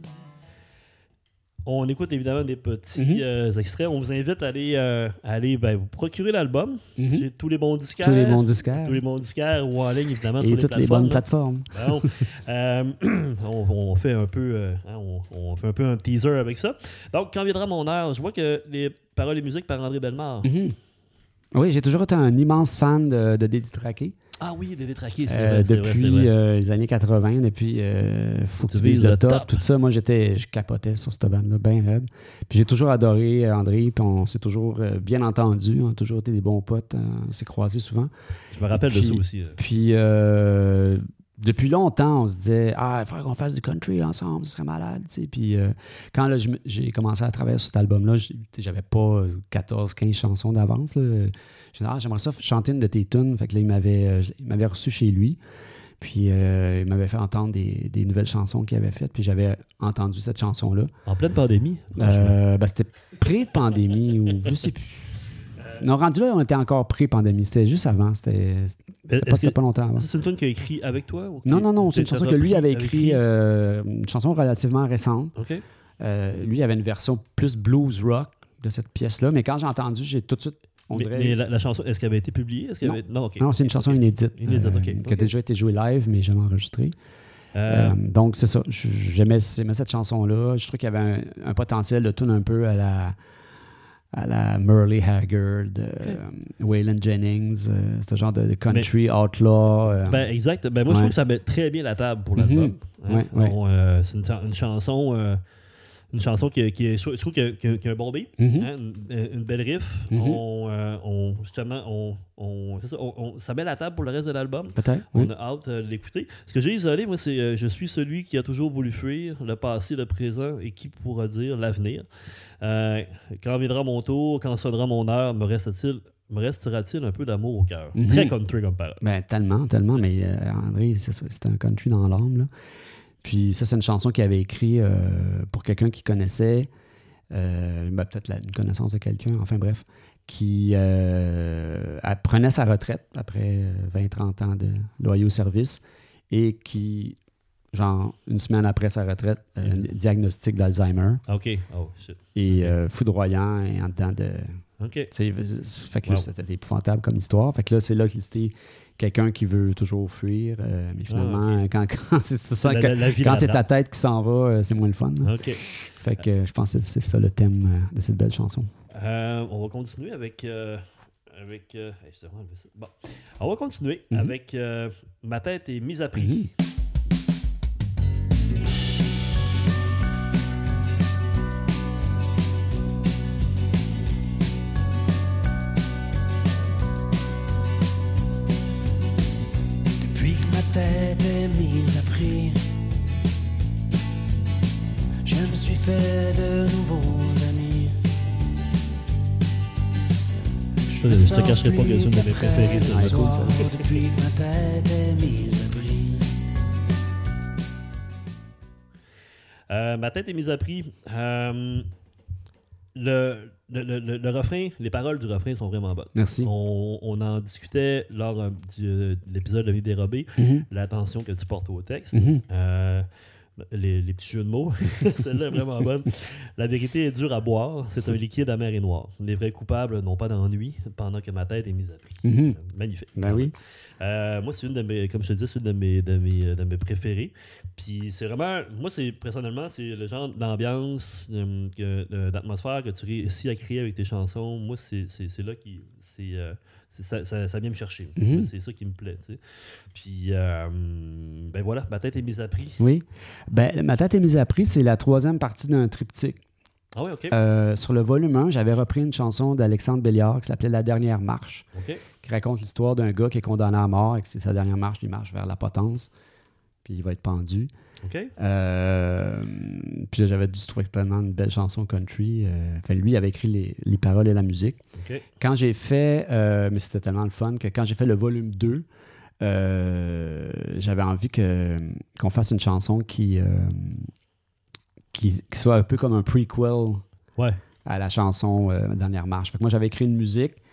On écoute évidemment des petits Mm-hmm. euh, extraits. On vous invite à aller, euh, à aller ben, vous procurer l'album. Mm-hmm. J'ai tous les bons disquaires. Tous les bons disquaires. Tous les bons disquaires ou en ligne, évidemment, Et sur les toutes les plateformes. bonnes là. plateformes. Bon, euh, on, on fait un peu, euh, hein, on, on fait un peu un teaser avec ça. Donc, quand viendra mon heure, je vois que les paroles et musique par André Bellemare. Mm-hmm. Oui, j'ai toujours été un immense fan de, de Dédé Traqué. Ah oui, des détraqués, c'est Euh, vrai. c'est depuis vrai, c'est vrai. euh, les années quatre-vingts, depuis euh, Faut que tu vises le top, tout ça. Moi, j'étais, je capotais sur cette bande-là, bien raide. Puis j'ai toujours adoré euh, André, puis on s'est toujours euh, bien entendu. On a toujours été des bons potes. euh, on s'est croisés souvent. Je me rappelle puis- de ça aussi. là. Puis euh, depuis longtemps, on se disait « Ah, il faudrait qu'on fasse du country ensemble, ce serait malade. » tu sais. Puis euh, quand là, je me- j'ai commencé à travailler sur cet album-là, j'- tu sais, j'avais pas euh, quatorze quinze chansons d'avance. Là. J'ai dit, ah, j'aimerais ça chanter une de tes tunes. Fait que là, il m'avait, euh, il m'avait reçu chez lui. Puis euh, il m'avait fait entendre des, des nouvelles chansons qu'il avait faites. Puis j'avais entendu cette chanson-là. En pleine pandémie, franchement. Euh, ben, c'était pré-pandémie ou je sais plus. Non, rendu là, on était encore pré-pandémie. C'était juste avant. C'était, c'était, pas, Est-ce c'était que pas longtemps avant. ça, c'est une tune qu'il a écrit avec toi? Ou qui- Non, non, non. C'est une qui a chanson que lui repris avait avec écrit. qui? euh, une chanson relativement récente. OK. Euh, lui, il avait une version plus blues rock de cette pièce-là. Mais quand j'ai entendu, j'ai tout de suite. On mais dirait. mais la, la chanson, est-ce qu'elle avait été publiée? Est-ce qu'elle Non. avait... non, OK. Non, c'est une chanson OK. inédite. Inédite, euh, OK. Qui OK. a déjà été jouée live, mais jamais enregistrée. Euh, Euh, donc, c'est ça. J- J'aimais, j'aimais cette chanson-là. Je trouve qu'il y avait un, un potentiel de tune un peu à la, à la Merle Haggard, euh, Waylon Jennings, euh, ce genre de, de country outlaw. euh, Ben, exact. Ben, moi, je Ouais. trouve que ça met très bien la table pour Mhm. l'album. Hein. Ouais, ouais. On, euh, c'est une, chan- une chanson, euh, une chanson qui, qui est, je trouve qu'il y a, qu'il y a- qu'il y a un bon beat, Mhm. hein, une, une belle riff. Mhm. On, euh, on- justement, on, on- c'est ça, on- on- ça met la table pour le reste de l'album. Peut-être. On Oui. a hâte euh, de l'écouter. Ce que j'ai isolé, moi, c'est euh, je suis celui qui a toujours voulu fuir le passé, le présent et qui pourra dire l'avenir. Euh, quand viendra mon tour, quand sonnera mon heure, me reste-t-il me restera-t-il un peu d'amour au cœur? Mhm. Très country comme parole. Ben, tellement, tellement. Mais euh, André, c'est ça, c'était un country dans l'âme. Là. Puis ça, c'est une chanson qu'il avait écrite euh, pour quelqu'un qui connaissait, euh, ben, peut-être la- une connaissance de quelqu'un, enfin bref, qui euh, elle prenait sa retraite après vingt trente ans de loyaux service et qui, genre, une semaine après sa retraite, euh, un diagnostic d'Alzheimer OK. Oh, shit. et Ok. euh, foudroyant et en dedans de... OK. Tu sais, fait que là, Wow. c'était épouvantable comme histoire. Fait que là, c'est là que c'était quelqu'un qui veut toujours fuir. euh, mais finalement, Ah, ok. quand, quand c'est c'est ça, La- que- la- la vie quand c'est ta là-dedans. tête qui s'en va, euh, c'est moins le fun. là. OK. Fait que euh, je pense que c'est ça le thème euh, de cette belle chanson. Euh, on va continuer avec. euh, avec euh, hey, je devrais enlever ça. Bon. On va continuer Mhm. avec euh, Ma tête est mise à prix. Mhm. Depuis que ma tête est mise à prix, je me suis fait de nouveaux amis. Je, je te cacherai pas que c'est une de mes préférées. ça. Ouais, cool, ça. Depuis que ma tête est mise à prix. Euh, ma tête est mise à prix. Euh, le, le, le, le- le refrain, les paroles du refrain sont vraiment bonnes. Merci. On, on en discutait lors euh, du, euh, de l'épisode de La vie dérobée, Mhm. l'attention que tu portes au texte. Mhm. Euh, les, les petits jeux de mots, celle-là est vraiment bonne. La vérité est dure à boire, c'est un liquide amer et noir. Les vrais coupables n'ont pas d'ennui pendant que ma tête est mise à prix. Mhm. Euh, Magnifique. Ben oui. Euh, moi, c'est une de mes, comme je te dis, c'est une de mes, de mes, de mes préférées. Puis c'est vraiment, moi, c'est personnellement, c'est le genre d'ambiance, euh, que- euh, d'atmosphère que tu réussis à créer avec tes chansons. Moi, c'est, c'est, c'est là qui, c'est, euh, c'est- ça, ça, ça vient me chercher. Mhm. C'est ça qui me plaît. Tu sais. Puis, euh, ben voilà, ma tête est mise à prix. Oui. Ben, ma tête est mise à prix, c'est la troisième partie d'un triptyque. Ah oui, ok. Euh, sur le volume un, j'avais repris une chanson d'Alexandre Béliard qui s'appelait La dernière marche, Ok. qui raconte l'histoire d'un gars qui est condamné à mort et que c'est sa dernière marche, il marche vers la potence, puis il va être pendu. Ok. Euh, puis là, j'avais dû trouver tellement une belle chanson country. Euh, fait, lui, il avait écrit les, les paroles et la musique. Ok. Quand j'ai fait, euh, mais c'était tellement le fun que quand j'ai fait le volume deux, euh, j'avais envie que, qu'on fasse une chanson qui, euh, qui, qui soit un peu comme un prequel Ouais. à la chanson euh, Dernière marche. Fait que moi, j'avais écrit une musique,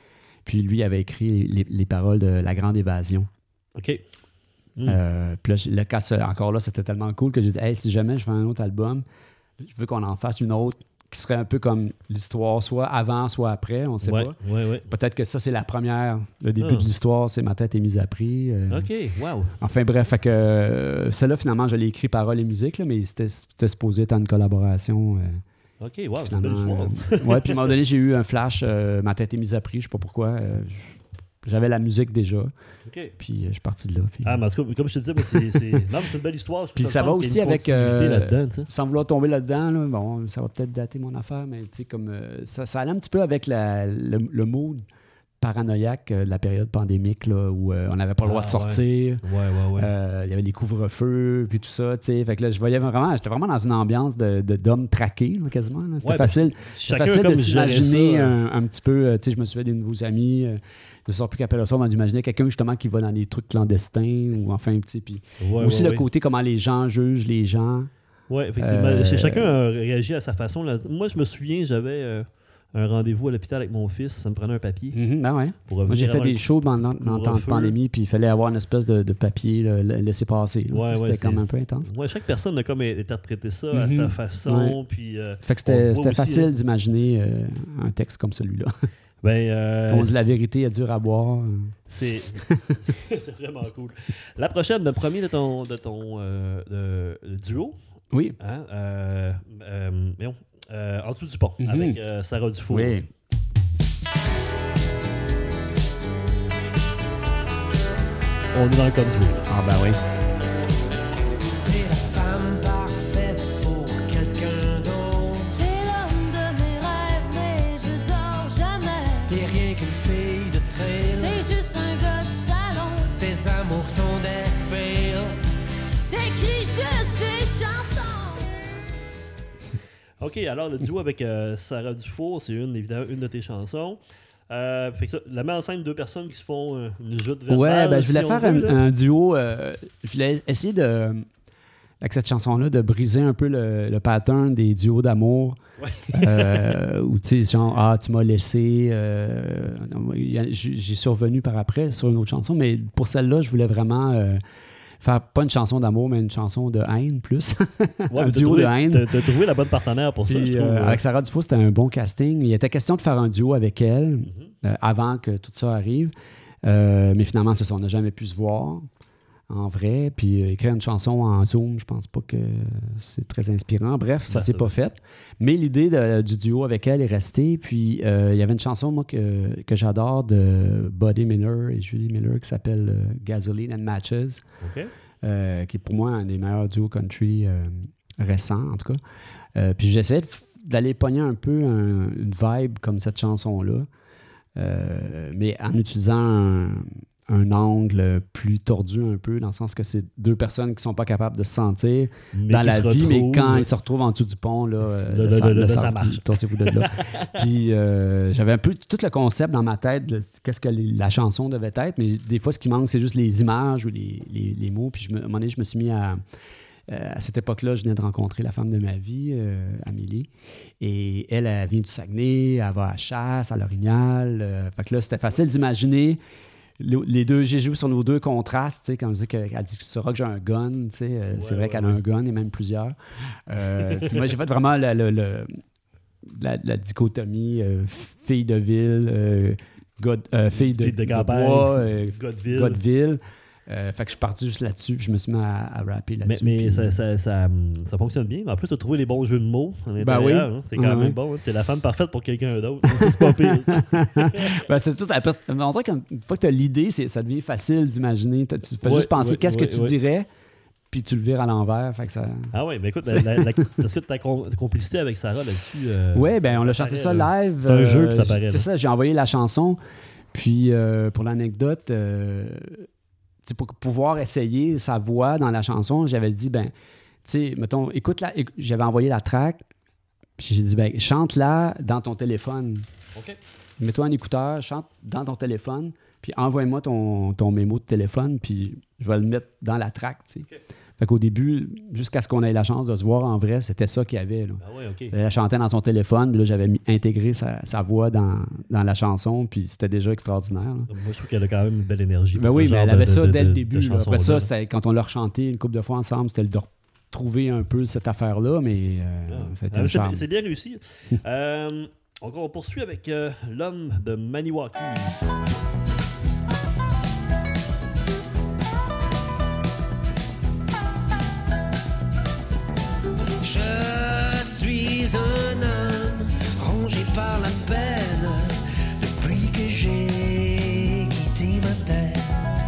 Puis lui avait écrit les, les paroles de La Grande Évasion. OK. Mm. Euh, puis là, le cas, encore là, c'était tellement cool que j'ai dit, hey, si jamais je fais un autre album, je veux qu'on en fasse une autre qui serait un peu comme l'histoire, soit avant, soit après, on ne sait ouais, pas. Ouais, ouais. Peut-être que ça, c'est la première, le début ah. de l'histoire, c'est Ma tête est mise à prix. Euh, OK, wow. Enfin bref, fait que euh, celle-là, finalement, je l'ai écrit paroles et musique, là, mais c'était, c'était supposé être une collaboration. Euh, OK, wow, c'est une belle histoire. Euh, ouais, puis à un moment donné, j'ai eu un flash, euh, Ma tête est mise à prix, je sais pas pourquoi. Euh, j'avais la musique déjà. OK. Puis euh, je suis parti de là. Puis... Ah, mais en tout cas, comme je te disais, mais c'est, c'est... Non, c'est une belle histoire. Puis ça va aussi avec. Euh, sans vouloir tomber là-dedans, là, bon, ça va peut-être dater mon affaire, mais tu sais, comme. Euh, ça, ça allait un petit peu avec la, le, le mood paranoïaque euh, de la période pandémique, là, où euh, on n'avait pas le droit ah, de sortir. Ouais, ouais, ouais. Euh, il y avait les couvre-feux, puis tout ça, tu sais. Fait que là, je voyais vraiment. J'étais vraiment dans une ambiance de, de, d'hommes traqués, là, quasiment. Là. C'était ouais, facile, ben, c'était facile de s'imaginer ça, un, un petit peu. Euh, tu sais, je me souviens des nouveaux amis. Euh, je ne sais plus qu'appelle ça, on va imaginer quelqu'un justement qui va dans des trucs clandestins ou enfin, tu sais. Puis ouais, aussi ouais, le ouais. côté comment les gens jugent les gens. Oui, effectivement. Euh, Chacun a réagi à sa façon. Là. Moi, je me souviens, j'avais euh, un rendez-vous à l'hôpital avec mon fils. Ça me prenait un papier. Mm-hmm, ben ouais. Moi, j'ai fait des shows pendant le temps de pandémie, puis il fallait avoir une espèce de, de papier, là, laisser passer. Ouais, c'était ouais, comme un peu intense. Ouais, chaque personne a comme interprété ça mm-hmm. à sa façon. Ouais. Puis, euh, fait que c'était, c'était aussi, facile hein. d'imaginer euh, un texte comme celui-là. Ben, euh, on dit la vérité est dure à boire. C'est, c'est vraiment cool. La prochaine, le premier de ton, de ton euh, de, duo. Oui. Hein, euh, euh, mais on, euh, En dessous du pont, mm-hmm. avec euh, Sarah Dufour. Oui. On est dans le country. Ah ben oui. T'es la femme parfaite pour quelqu'un d'autre. T'es l'homme de mes rêves, mais je dors jamais. T'es rien qu'une fille de trail. T'es juste un gars de salon. Tes amours sont des fails. T'écris juste des chansons. OK, alors le duo avec euh, Sarah Dufour, c'est une, évidemment une de tes chansons. Euh, fait que ça, la mise en scène de deux personnes qui se font euh, une joute verbale. Ouais, ben je voulais si faire veut, un, un duo. Euh, je voulais essayer de, avec cette chanson-là, de briser un peu le, le pattern des duos d'amour. Ouais. euh, où tu sais, genre, ah, tu m'as laissé. Euh, j'ai survenu par après sur une autre chanson, mais pour celle-là, je voulais vraiment. Euh, faire pas une chanson d'amour, mais une chanson de haine plus. Ouais, un duo trouvé, de haine. T'as, t'as trouvé la bonne partenaire pour ça, Puis, je trouve. Euh, ouais. Avec Sarah Dufour, c'était un bon casting. Il était question de faire un duo avec elle Mm-hmm. euh, avant que tout ça arrive. Euh, mais finalement, c'est ça, on n'a jamais pu se voir en vrai. Puis euh, écrire une chanson en Zoom, je pense pas que c'est très inspirant. Bref, ça Ben, s'est ça pas va. fait. Mais l'idée de, du duo avec elle est restée. Puis euh, il y avait une chanson, moi, que, que j'adore de Buddy Miller et Julie Miller qui s'appelle euh, Gasoline and Matches. OK. Euh, qui est pour moi un des meilleurs duos country euh, récents, en tout cas. Euh, puis j'essaie de, d'aller pogner un peu un, une vibe comme cette chanson-là, euh, mais en utilisant un, un angle plus tordu un peu, dans le sens que c'est deux personnes qui sont pas capables de se sentir Mais dans qui la se vie, mais retrouvent. quand ils se retrouvent en dessous du pont, là, euh, Là, le là, sang- là, le là, sang- ça marche. torsez-vous de là. Puis euh, j'avais un peu tout le concept dans ma tête de qu'est-ce que les- la chanson devait être, mais des fois, ce qui manque, c'est juste les images ou les, les, les mots. Puis je me, à un moment donné, je me suis mis à... Euh, à cette époque-là, je venais de rencontrer la femme de ma vie, euh, Amélie. Et elle, elle vient du Saguenay, elle va à Chasse, à l'Orignal. Euh, fait que là, c'était facile d'imaginer le- les deux. J'ai joué sur nos deux contrastes, tu sais, quand je dis qu'elle dit que tu sauras que j'ai un gun, tu sais. euh, Ouais, c'est vrai ouais, qu'elle ouais. a un gun et même plusieurs. Euh, puis moi, j'ai fait vraiment le, le- le- la, la dichotomie euh, fille de ville, euh, gars de- euh, fille de, Fille de campagne, bois, euh, gars de ville. gars de ville. Euh, fait que je suis parti juste là-dessus, puis je me suis mis à, à rapper Mais, là-dessus. mais puis- ça, ça, ça, ça fonctionne bien. En plus, tu as trouvé les bons jeux de mots à Ben l'intérieur. oui. Hein. C'est quand Ouais, même ouais. bon. Hein. T'es la femme parfaite pour quelqu'un d'autre. C'est pas pire. Ben, c'est tout. Après, on dirait qu'une fois que tu as l'idée, c'est, ça devient facile d'imaginer. T'as- Tu fais Ouais, juste penser ouais, qu'est-ce ouais, que tu ouais. dirais, puis tu le vires à l'envers. Fait que ça... Ah ouais, mais écoute, la, la, la, est-ce que ta com- complicité avec Sarah là-dessus... Euh, Oui, ben on l'a ça chanté paraît, ça là. live. C'est un jeu que ça euh, paraît, C'est là. ça, j'ai envoyé la chanson. Puis euh, pour l'anecdote, euh, tu sais, pour pouvoir essayer sa voix dans la chanson, j'avais dit, ben, tu sais, mettons, écoute la, éc- j'avais envoyé la track, puis j'ai dit, ben, chante-la dans ton téléphone. OK. Mets-toi un écouteur, chante dans ton téléphone, puis envoie-moi ton, ton mémo de téléphone, puis je vais le mettre dans la track, tu sais. OK. Fait qu'au début, jusqu'à ce qu'on ait la chance de se voir en vrai, c'était ça qu'il y avait. Là. Ah ouais, OK. Elle chantait dans son téléphone, puis là, j'avais mis- intégré sa, sa voix dans, dans la chanson, puis c'était déjà extraordinaire. là. Moi, je trouve qu'elle a quand même une belle énergie. Ben pour oui, ce mais genre elle de- avait de- ça de- dès le de- début. de là. Après ça, chansons-là. c'était- quand on l'a rechanté une couple de fois ensemble, c'était de retrouver un peu cette affaire-là, mais euh, Ah. ça a été Ah, un c'est- charme. C'est bien réussi. euh, on, on poursuit avec euh, l'homme de Maniwaki. Je suis un homme rongé par la peine depuis que j'ai quitté ma terre.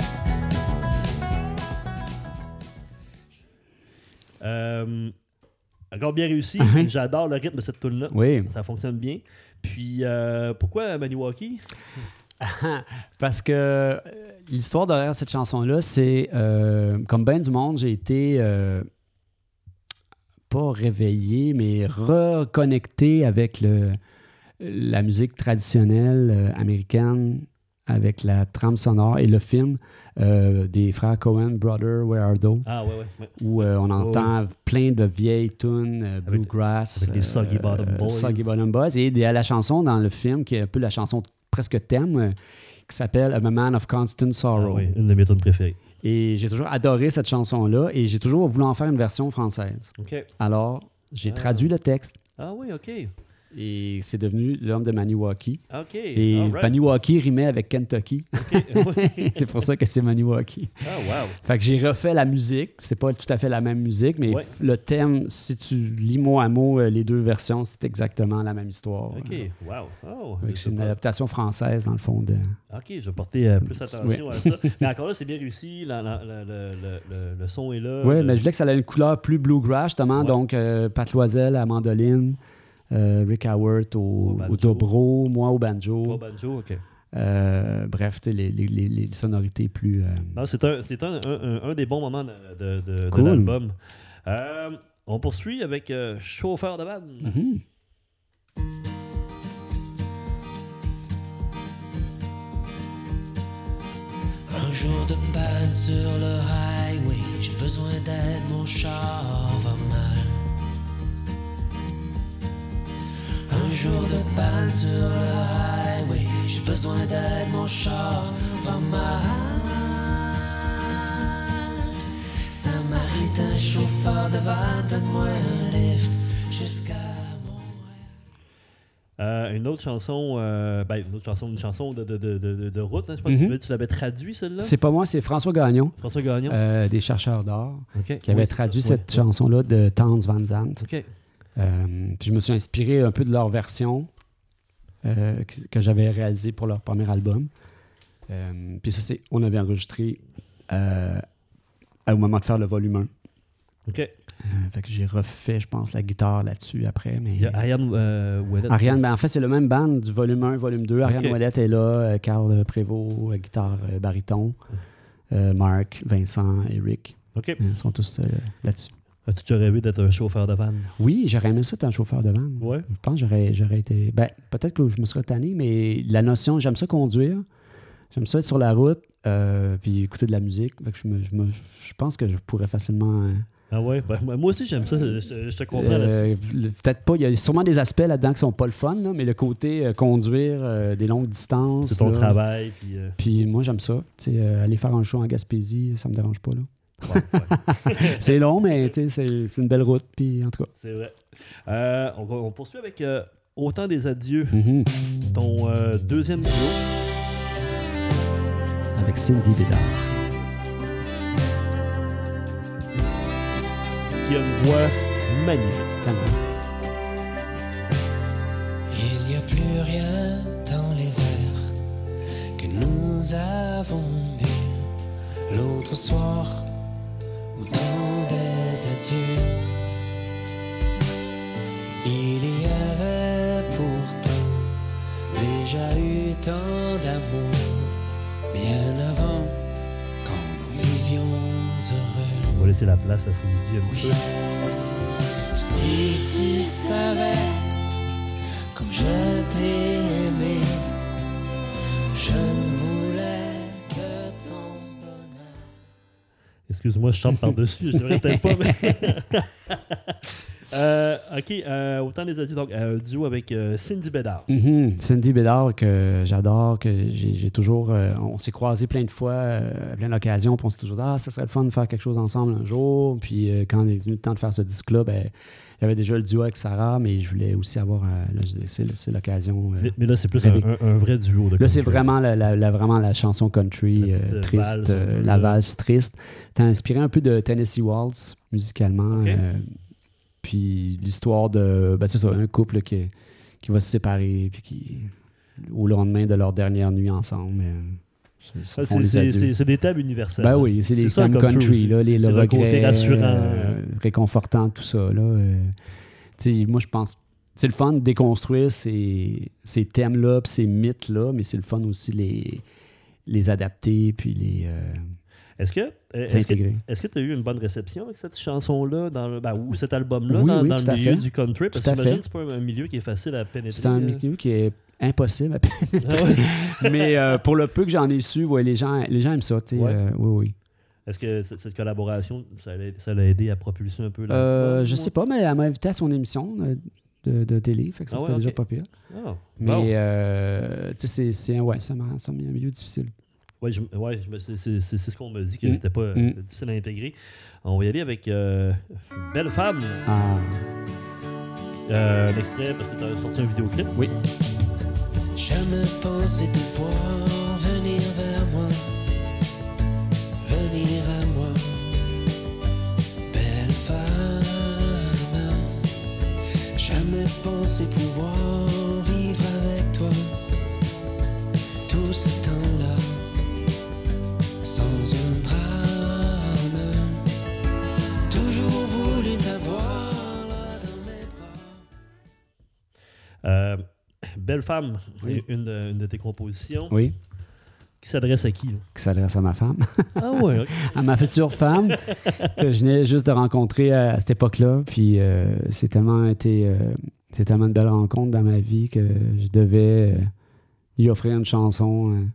Euh, encore bien réussi. Mhm. J'adore le rythme de cette tune là. Oui, Ça fonctionne bien. Puis, euh, pourquoi Maniwaki? parce que euh, l'histoire derrière cette chanson-là, c'est euh, comme bien du monde, j'ai été euh, pas réveillé, mais reconnecté avec le, la musique traditionnelle euh, américaine, avec la trame sonore et le film euh, des frères Coen, Brother, Where Art Thou, Ah, ouais, ouais. ouais. où euh, on entend plein de vieilles tunes, euh, Avec- bluegrass, avec les Soggy Bottom Boys. Soggy Bottom Boys, et il y a la chanson dans le film qui est un peu la chanson presque thème, euh, qui s'appelle I'm a Man of Constant Ah, Sorrow. ouais, une de mes tunes préférées. Et j'ai toujours adoré cette chanson-là et j'ai toujours voulu en faire une version française. OK. Alors, j'ai Ah. traduit le texte Ah, oui, OK. et c'est devenu l'homme de Maniwaki. OK. Et All right. Maniwaki rimait avec Kentucky. OK. Ouais. C'est pour ça que c'est Maniwaki. Ah, wow. Fait que j'ai refait la musique. C'est pas tout à fait la même musique, mais Ouais. f- le thème, si tu lis mot à mot euh, les deux versions, c'est exactement la même histoire. OK. Euh, Wow. Oh, fait que je c'est une sais pas. adaptation française, dans le fond. De... OK, je vais porter euh, plus attention Ouais. à ça. Mais encore là, c'est bien réussi. La- la- la- le, le- le- le son est là. Oui, Le- mais je voulais que ça ait une couleur plus bluegrass, justement. Ouais. Donc, euh, Pat Loisel à la mandoline, euh, Rick Howard au, Au banjo. au dobro, moi au banjo. Pas banjo, OK. Euh, bref, tu sais, les, les, les, les sonorités plus... euh, Non, c'est un, c'est un, un- un- un des bons moments de, de- de- de Cool. l'album. Euh, on poursuit avec euh, Chauffeur de van. mhm. Un jour de panne sur le highway, j'ai besoin d'aide, mon char va mal. Un jour de panne sur le highway, j'ai besoin d'aide, mon char va mal. Samaritain, chauffeur de van, donne-moi un lift jusqu'à Montréal. Euh, une autre chanson, euh, ben, une autre chanson, une chanson de, de, de, de, de route. Hein, je pense Mhm. que tu, tu l'avais traduit, celle-là. C'est pas moi, c'est François Gagnon, François Gagnon. euh, des Chercheurs d'or, OK. qui avait Oui, traduit c'est- cette ouais, chanson-là de Towns Van Zandt. OK. Euh, puis je me suis inspiré un peu de leur version euh, que, que j'avais réalisée pour leur premier album. Euh, puis ça, c'est, on avait enregistré euh, au moment de faire le volume un. OK. Euh, fait que j'ai refait, je pense, la guitare là-dessus après. Mais Il y a Ariane euh, Ouellet. Ariane, ben, en fait, c'est le même band du volume un, volume deux. Ariane Ok. Ouellet est là, euh, Carl Prévost, euh, guitare euh, baryton, euh, Marc, Vincent, Eric. OK. Ils sont tous euh, là-dessus. As-tu déjà rêvé d'être un chauffeur de van? Oui, j'aurais aimé ça être un chauffeur de van. Ouais. Je pense que j'aurais, j'aurais été... Ben, peut-être que je me serais tanné, mais la notion, j'aime ça conduire. J'aime ça être sur la route, euh, puis écouter de la musique. Fait que je, me, je, me- je pense que je pourrais facilement... euh, Ah ouais? Ben, moi aussi, j'aime ça. Je, te- je te comprends euh, là-dessus. le- peut-être pas. Il y a sûrement des aspects là-dedans qui sont pas le fun, là, mais le côté euh, conduire euh, des longues distances. C'est ton là. travail. Puis, euh, Puis moi, j'aime ça. Tu sais, euh, aller faire un show en Gaspésie, ça me dérange pas. Là. ouais, ouais, C'est long, mais tu sais, c'est c'est une belle route. Puis en tout cas. c'est vrai. Euh, on, va- on poursuit avec euh, Autant des adieux, Mhm. ton euh, deuxième duo. Avec Cindy Bédard. Qui a une voix magnifique. Tellement. Il n'y a plus rien dans les verres que nous avons bu l'autre soir au temps des adieux. Il y avait pourtant déjà eu tant d'amour bien avant quand nous vivions heureux. On va laisser la place à Cindy un petit peu. Si tu savais comme je t'ai aimé, je ne voulais que ton bonheur. Et Excuse-moi, je chante par-dessus. Je devrais peut-être pas, mais... Euh, ok, euh, autant des adultes, donc euh, duo avec euh, Cindy Bédard. Mm-hmm. Cindy Bédard, que j'adore, que j'ai, j'ai toujours. Euh, on s'est croisés plein de fois, euh, à plein d'occasions, puis on s'est toujours dit, ah, ça serait le fun de faire quelque chose ensemble un jour. Puis euh, quand il est venu le temps de faire ce disque-là, ben, il y avait déjà le duo avec Sarah, mais je voulais aussi avoir. Euh, là, c'est, c'est l'occasion. Euh, mais, mais là, c'est plus un, un, un vrai duo. De là, country. c'est vraiment la, la, la, vraiment la chanson country la euh, triste, valse, euh, la valse triste. T'as inspiré un peu de Tennessee Waltz musicalement. Okay. Euh, Puis l'histoire de. Ben, c'est ça, un couple qui, qui va se séparer, puis qui. Au lendemain de leur dernière nuit ensemble. Euh, c'est, c'est, c'est, c'est, c'est des thèmes universels. Ben oui, c'est les thèmes country, country là, les, c'est le regret. côté rassurant. Euh, réconfortant, tout ça. Là, euh, tu sais, moi, je pense. C'est le fun de déconstruire ces, ces thèmes-là, puis ces mythes-là, mais c'est le fun aussi de les, les adapter, puis les. Euh, Est-ce que est-ce que, est-ce que tu as eu une bonne réception avec cette chanson-là dans le, ben, ou cet album-là oui, dans, oui, dans le milieu fait. du country? Parce que j'imagine que c'est pas un milieu qui est facile à pénétrer. C'est un milieu qui est impossible à pénétrer. Ah ouais. Mais euh, pour le peu que j'en ai su, ouais, les, gens, les gens aiment ça. Ouais. Euh, oui, oui. Est-ce que cette, cette collaboration, ça l'a, ça l'a aidé à propulser un peu là? Euh, je sais pas, mais elle m'a invité à son émission de, de télé. Fait que ça, ah ouais, c'était okay. déjà pas pire. Oh, mais bon. euh, tu sais, c'est, c'est, ouais, ça m'a, ça m'a mis un milieu difficile. Oui, je, ouais, je, c'est, c'est, c'est, c'est ce qu'on m'a dit, que mm. c'était pas mm. euh, difficile à intégrer. On va y aller avec euh, Belle Femme. Ah. Euh, un extrait, parce que tu as sorti un vidéoclip. Oui. Jamais pensé te voir venir vers moi, venir à moi. Belle femme. Jamais pensé pouvoir vivre avec toi tout ce temps-là. Sans un drame, toujours voulu t'avoir là dans mes bras. Euh, Belle Femme, oui. une, de, une de tes compositions. Oui. Qui s'adresse à qui? Là? Qui s'adresse à ma femme. Ah ouais, ok. À ma future femme, que je venais juste de rencontrer à, à cette époque-là. Puis euh, c'est tellement été, euh, c'est tellement une belle rencontre dans ma vie que je devais euh, lui offrir une chanson. Euh,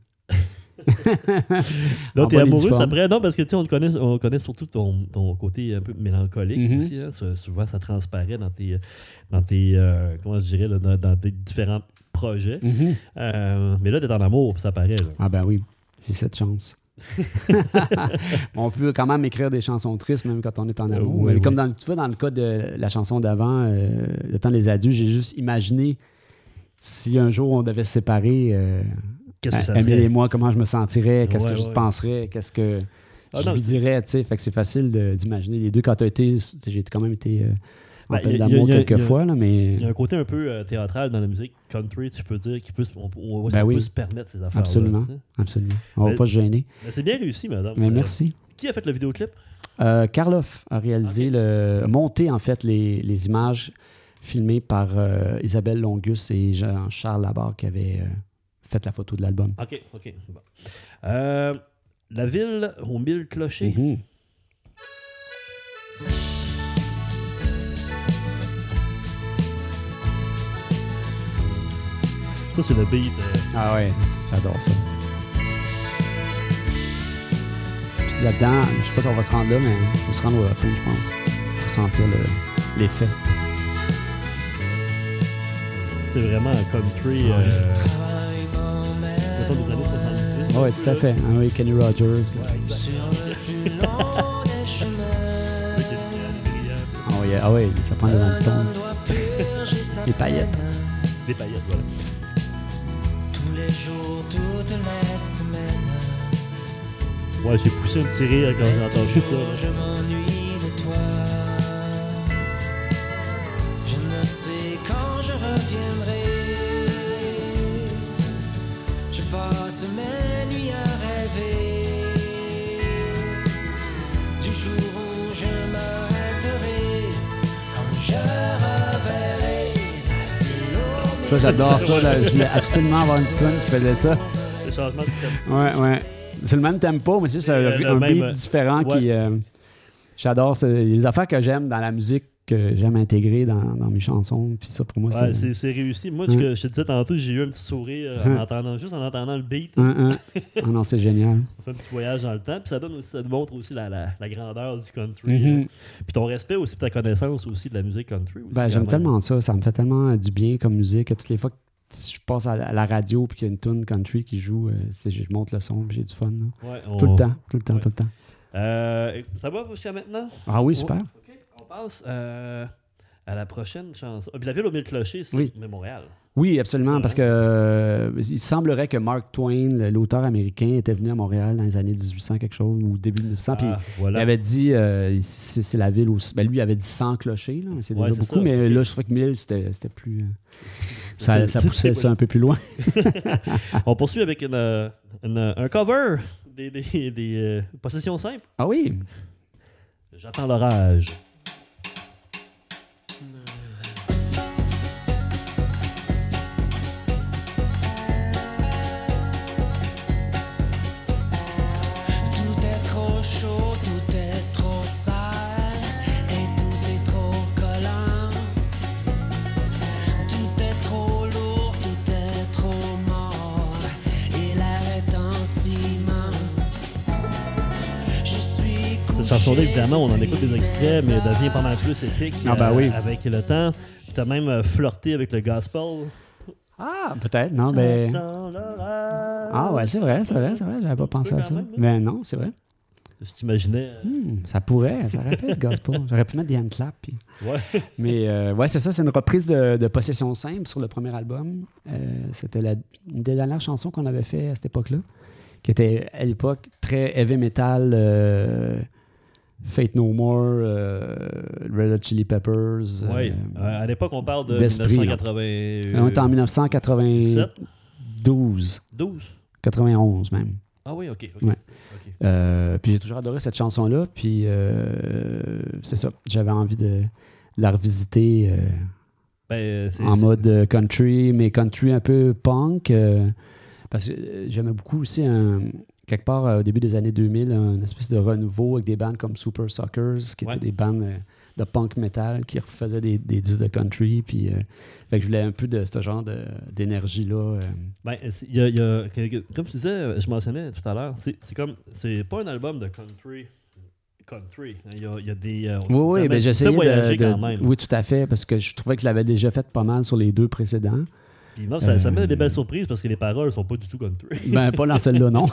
Là, t'es amoureuse après? Non, parce que tu sais, on connaît, on connaît surtout ton, ton côté un peu mélancolique mm-hmm. aussi. Hein? Ça, souvent, ça transparaît dans tes, dans tes euh, comment je dirais, là, dans, dans tes différents projets. Mm-hmm. Euh, mais là, t'es en amour, puis ça paraît. Là. Ah ben oui, j'ai cette chance. On peut quand même écrire des chansons tristes, même quand on est en amour. Oui, comme oui. Dans, tu vois, dans le cas de la chanson d'avant, euh, Le temps des adieux, j'ai juste imaginé si un jour on devait se séparer... Euh, Qu'est-ce que ça Emile serait? Et moi, comment je me sentirais, qu'est-ce ouais, que je ouais. penserais, qu'est-ce que ah, je non, lui dirais, tu sais. Fait que c'est facile de, d'imaginer. Les deux, quand tu as été, j'ai quand même été euh, en ben, peine d'amour quelques a, fois, là, mais... Il y a un côté un peu euh, théâtral dans la musique country, tu peux dire, qui peut, on, on, ben on oui. peut se permettre ces affaires-là. Absolument, absolument. On ne va pas se gêner. Mais c'est bien réussi, madame. Mais euh, merci. Qui a fait le vidéoclip? Euh, Karloff a réalisé, okay. le, monté en fait les, les images filmées par euh, Isabelle Longus et Jean-Charles Labarre qui avaient... Euh, fait la photo de l'album. OK, OK. Bon. Euh, la ville aux mille clochers. Mm-hmm. Ça, c'est le beat. Euh... Ah ouais, j'adore ça. Puis là-dedans, je sais pas si on va se rendre là, mais on va se rendre au refrain, je pense. Pour sentir le, l'effet. C'est vraiment un country... Euh... des années soixante-dix. Oui, tout à fait. Ah oui, Kenny Rogers. Sur le plus long des chemins. Ah oui, ah oui, ça prend le Rolling Stone. Les paillettes. Des paillettes, voilà. Tous les jours, toutes les semaines. Ouais, j'ai poussé un petit rire quand j'ai entendu ça. Je m'ennuie de toi. Je ne sais quand je reviendrai. Passe mes nuits à rêver du jour où je m'arrêterai, quand je reverrai la ville. Ça, j'adore ça. Là, je voulais absolument avoir une tune qui faisait ça. Le changement de tempo. Ouais, ouais. C'est le même tempo, mais c'est, c'est un, un beat différent ouais. qui. Euh, j'adore. C'est les affaires que j'aime dans la musique que j'aime intégrer dans, dans mes chansons. Puis ça, pour moi, Ouais, c'est... c'est, c'est réussi. Moi, Hum. ce que je te disais tantôt, j'ai eu un petit sourire en Hum. entendant, juste en entendant le beat. Un, un. Ah non, c'est génial. Ça fait un petit voyage dans le temps. Puis ça, donne aussi, ça montre aussi la, la, la grandeur du country. Mhm. euh. Puis ton respect aussi, puis ta connaissance aussi de la musique country. Aussi, Ben, quand j'aime même. tellement ça. Ça me fait tellement du bien comme musique. Que toutes les fois que je passe à la, à la radio et qu'il y a une tune country qui joue, euh, c'est, je monte le son et j'ai du fun. là. Ouais, on- Tout le temps, tout le temps, Ouais. tout le temps. Euh, ça va jusqu'à maintenant? Ah oui, super. Oh, OK. On passe euh, à la prochaine chanson. Ah, puis la ville aux mille clochers, c'est Oui. mais Montréal. Oui, absolument, C'est parce que euh, il semblerait que Mark Twain, le- l'auteur américain, était venu à Montréal dans les années dix-huit cents quelque chose, ou début mille neuf cents, puis Ah, voilà. il avait dit, euh, c'est, c'est la ville aussi. Ben lui, il avait dit cent clochers, là, c'est déjà Ouais, c'est beaucoup, ça, mais ok. là, je crois que mille, c'était, c'était plus... euh, ça, C'est- ça c'est- poussait c'est- ça un peu plus loin. On poursuit avec une, euh, une, euh, un cover des, des, des euh, possessions simples. Ah oui? J'attends l'orage. Tout est trop chaud, tout est trop sale et tout est trop collant. Tout est trop lourd, tout est trop mort et l'air est en ciment. Je suis Cette couché chanson-là, évidemment, on en écoute des depuis extraits, mais des elle devient pas mal heures. plus épique Ah ben oui. avec le temps. Tu as même euh, flirté avec le gospel. Ah, peut-être, non, mais... J'attends l'orage. Ah ouais, c'est vrai, c'est vrai, c'est vrai, j'avais pas pensé peu à quand ça. même, hein? Mais non, c'est vrai. Je t'imaginais. euh, Hmm, ça pourrait, ça aurait pu être gospel. J'aurais pu mettre des hand claps. puis- Ouais. Mais euh, ouais, c'est ça, c'est une reprise de, de Possession Simple sur le premier album. Euh, c'était la, une des dernières chansons qu'on avait fait à cette époque-là, qui était à l'époque très heavy metal, euh, Fate No More, euh, Red Hot Chili Peppers. Ouais. euh, Euh, à l'époque, on parle de d'esprit, dix-neuf cent quatre-vingt-douze. on était en dix-neuf cent quatre-vingt-douze, douze. quatre-vingt-onze même. Ah oui, OK. ok, Ouais. ok. Euh, puis j'ai toujours adoré cette chanson-là. Puis euh, c'est ça, j'avais envie de la revisiter euh, Ben, c'est, en c'est- mode euh, country, mais country un peu punk. euh, parce que euh, j'aimais beaucoup aussi, un, quelque part euh, au début des années deux mille, une espèce de renouveau avec des bandes comme Super Suckers, qui Ouais. étaient des bandes euh, de punk metal qui refaisaient des, des disques de country. Puis euh, fait que je voulais un peu de ce genre de, d'énergie-là. euh. Ben, c'est- il y a, il y a- comme je disais, je mentionnais tout à l'heure, c'est, c'est comme, c'est pas un album de country. Country. Il y a, il y a des. euh, Oui, oui, ça mais fait j'essayais voyager de, de- quand même. Oui, tout à fait, parce que je trouvais que je l'avais déjà fait pas mal sur les deux précédents. Puis non, ça, ça met Euh, des belles surprises parce que les paroles sont pas du tout country. Ben, pas dans celle-là, non.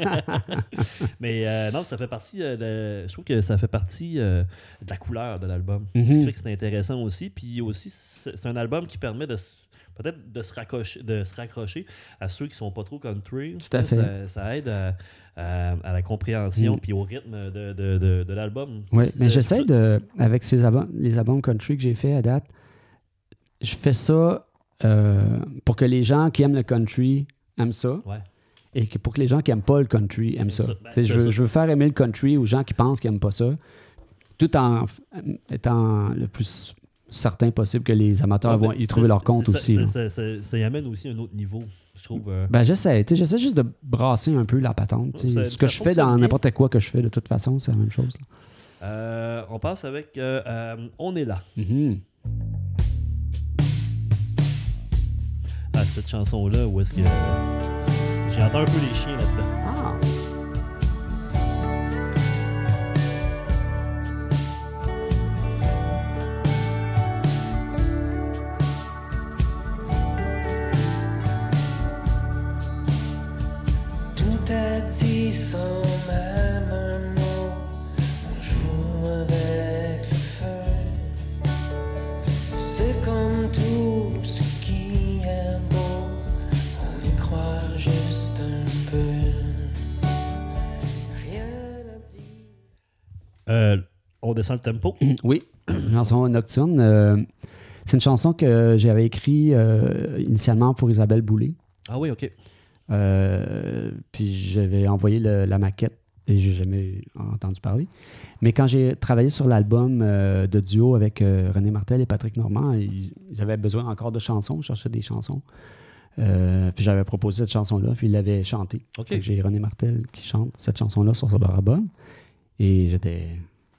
Mais euh, non, ça fait partie. euh, de- je trouve que ça fait partie euh, de la couleur de l'album. Mhm. Ce qui fait que c'est intéressant aussi. Puis aussi, c'est, c'est un album qui permet de s- peut-être de se, raccrocher, de se raccrocher à ceux qui sont pas trop country. Tout à fait. Ça, ça aide à, à- à la compréhension Mm. puis au rythme de, de, de, de l'album. Oui, C'est- mais j'essaie de, avec ces albums, les albums country que j'ai fait à date, je fais ça euh, pour que les gens qui aiment le country aiment ça. Ouais. Et que pour que les gens qui n'aiment pas le country aiment ça. ça. Ben, Tu sais, je, c'est veux, ça. je veux faire aimer le country aux gens qui pensent qu'ils n'aiment pas ça, tout en f- étant le plus certain possible que les amateurs Ouais, vont ben, y c'est- trouver leur compte c'est- aussi. Ça, là. ça, ça, ça- ça y amène aussi un autre niveau, je trouve. euh. Ben, j'essaie. Tu sais, j'essaie juste de brasser un peu la patente. tu sais. Ça- Ce que ça je fais fonctionne dans bien. n'importe quoi que je fais, de toute façon, c'est la même chose. là. Euh, on passe avec euh, euh, On est là. Mhm. Ah, cette chanson-là, où est-ce que. J'entends un peu les chiens là-dedans. Ah. Tout est dit sans même un mot. On joue avec le feu. C'est comme tout ce qui est beau. On y croit juste un peu. Rien à dire. Euh, on descend le tempo. Oui, une chanson nocturne. euh, c'est une chanson que j'avais écrite euh, initialement pour Isabelle Boulay. Ah oui, OK. Euh, puis j'avais envoyé le- la maquette et j'ai jamais entendu parler. Mais quand j'ai travaillé sur l'album euh, de duo avec euh, René Martel et Patrick Normand, ils, ils avaient besoin encore de chansons, je cherchais des chansons. Euh, puis j'avais proposé cette chanson-là, puis ils l'avaient chantée. OK. Fait que j'ai René Martel qui chante cette chanson-là sur leur album. Et j'étais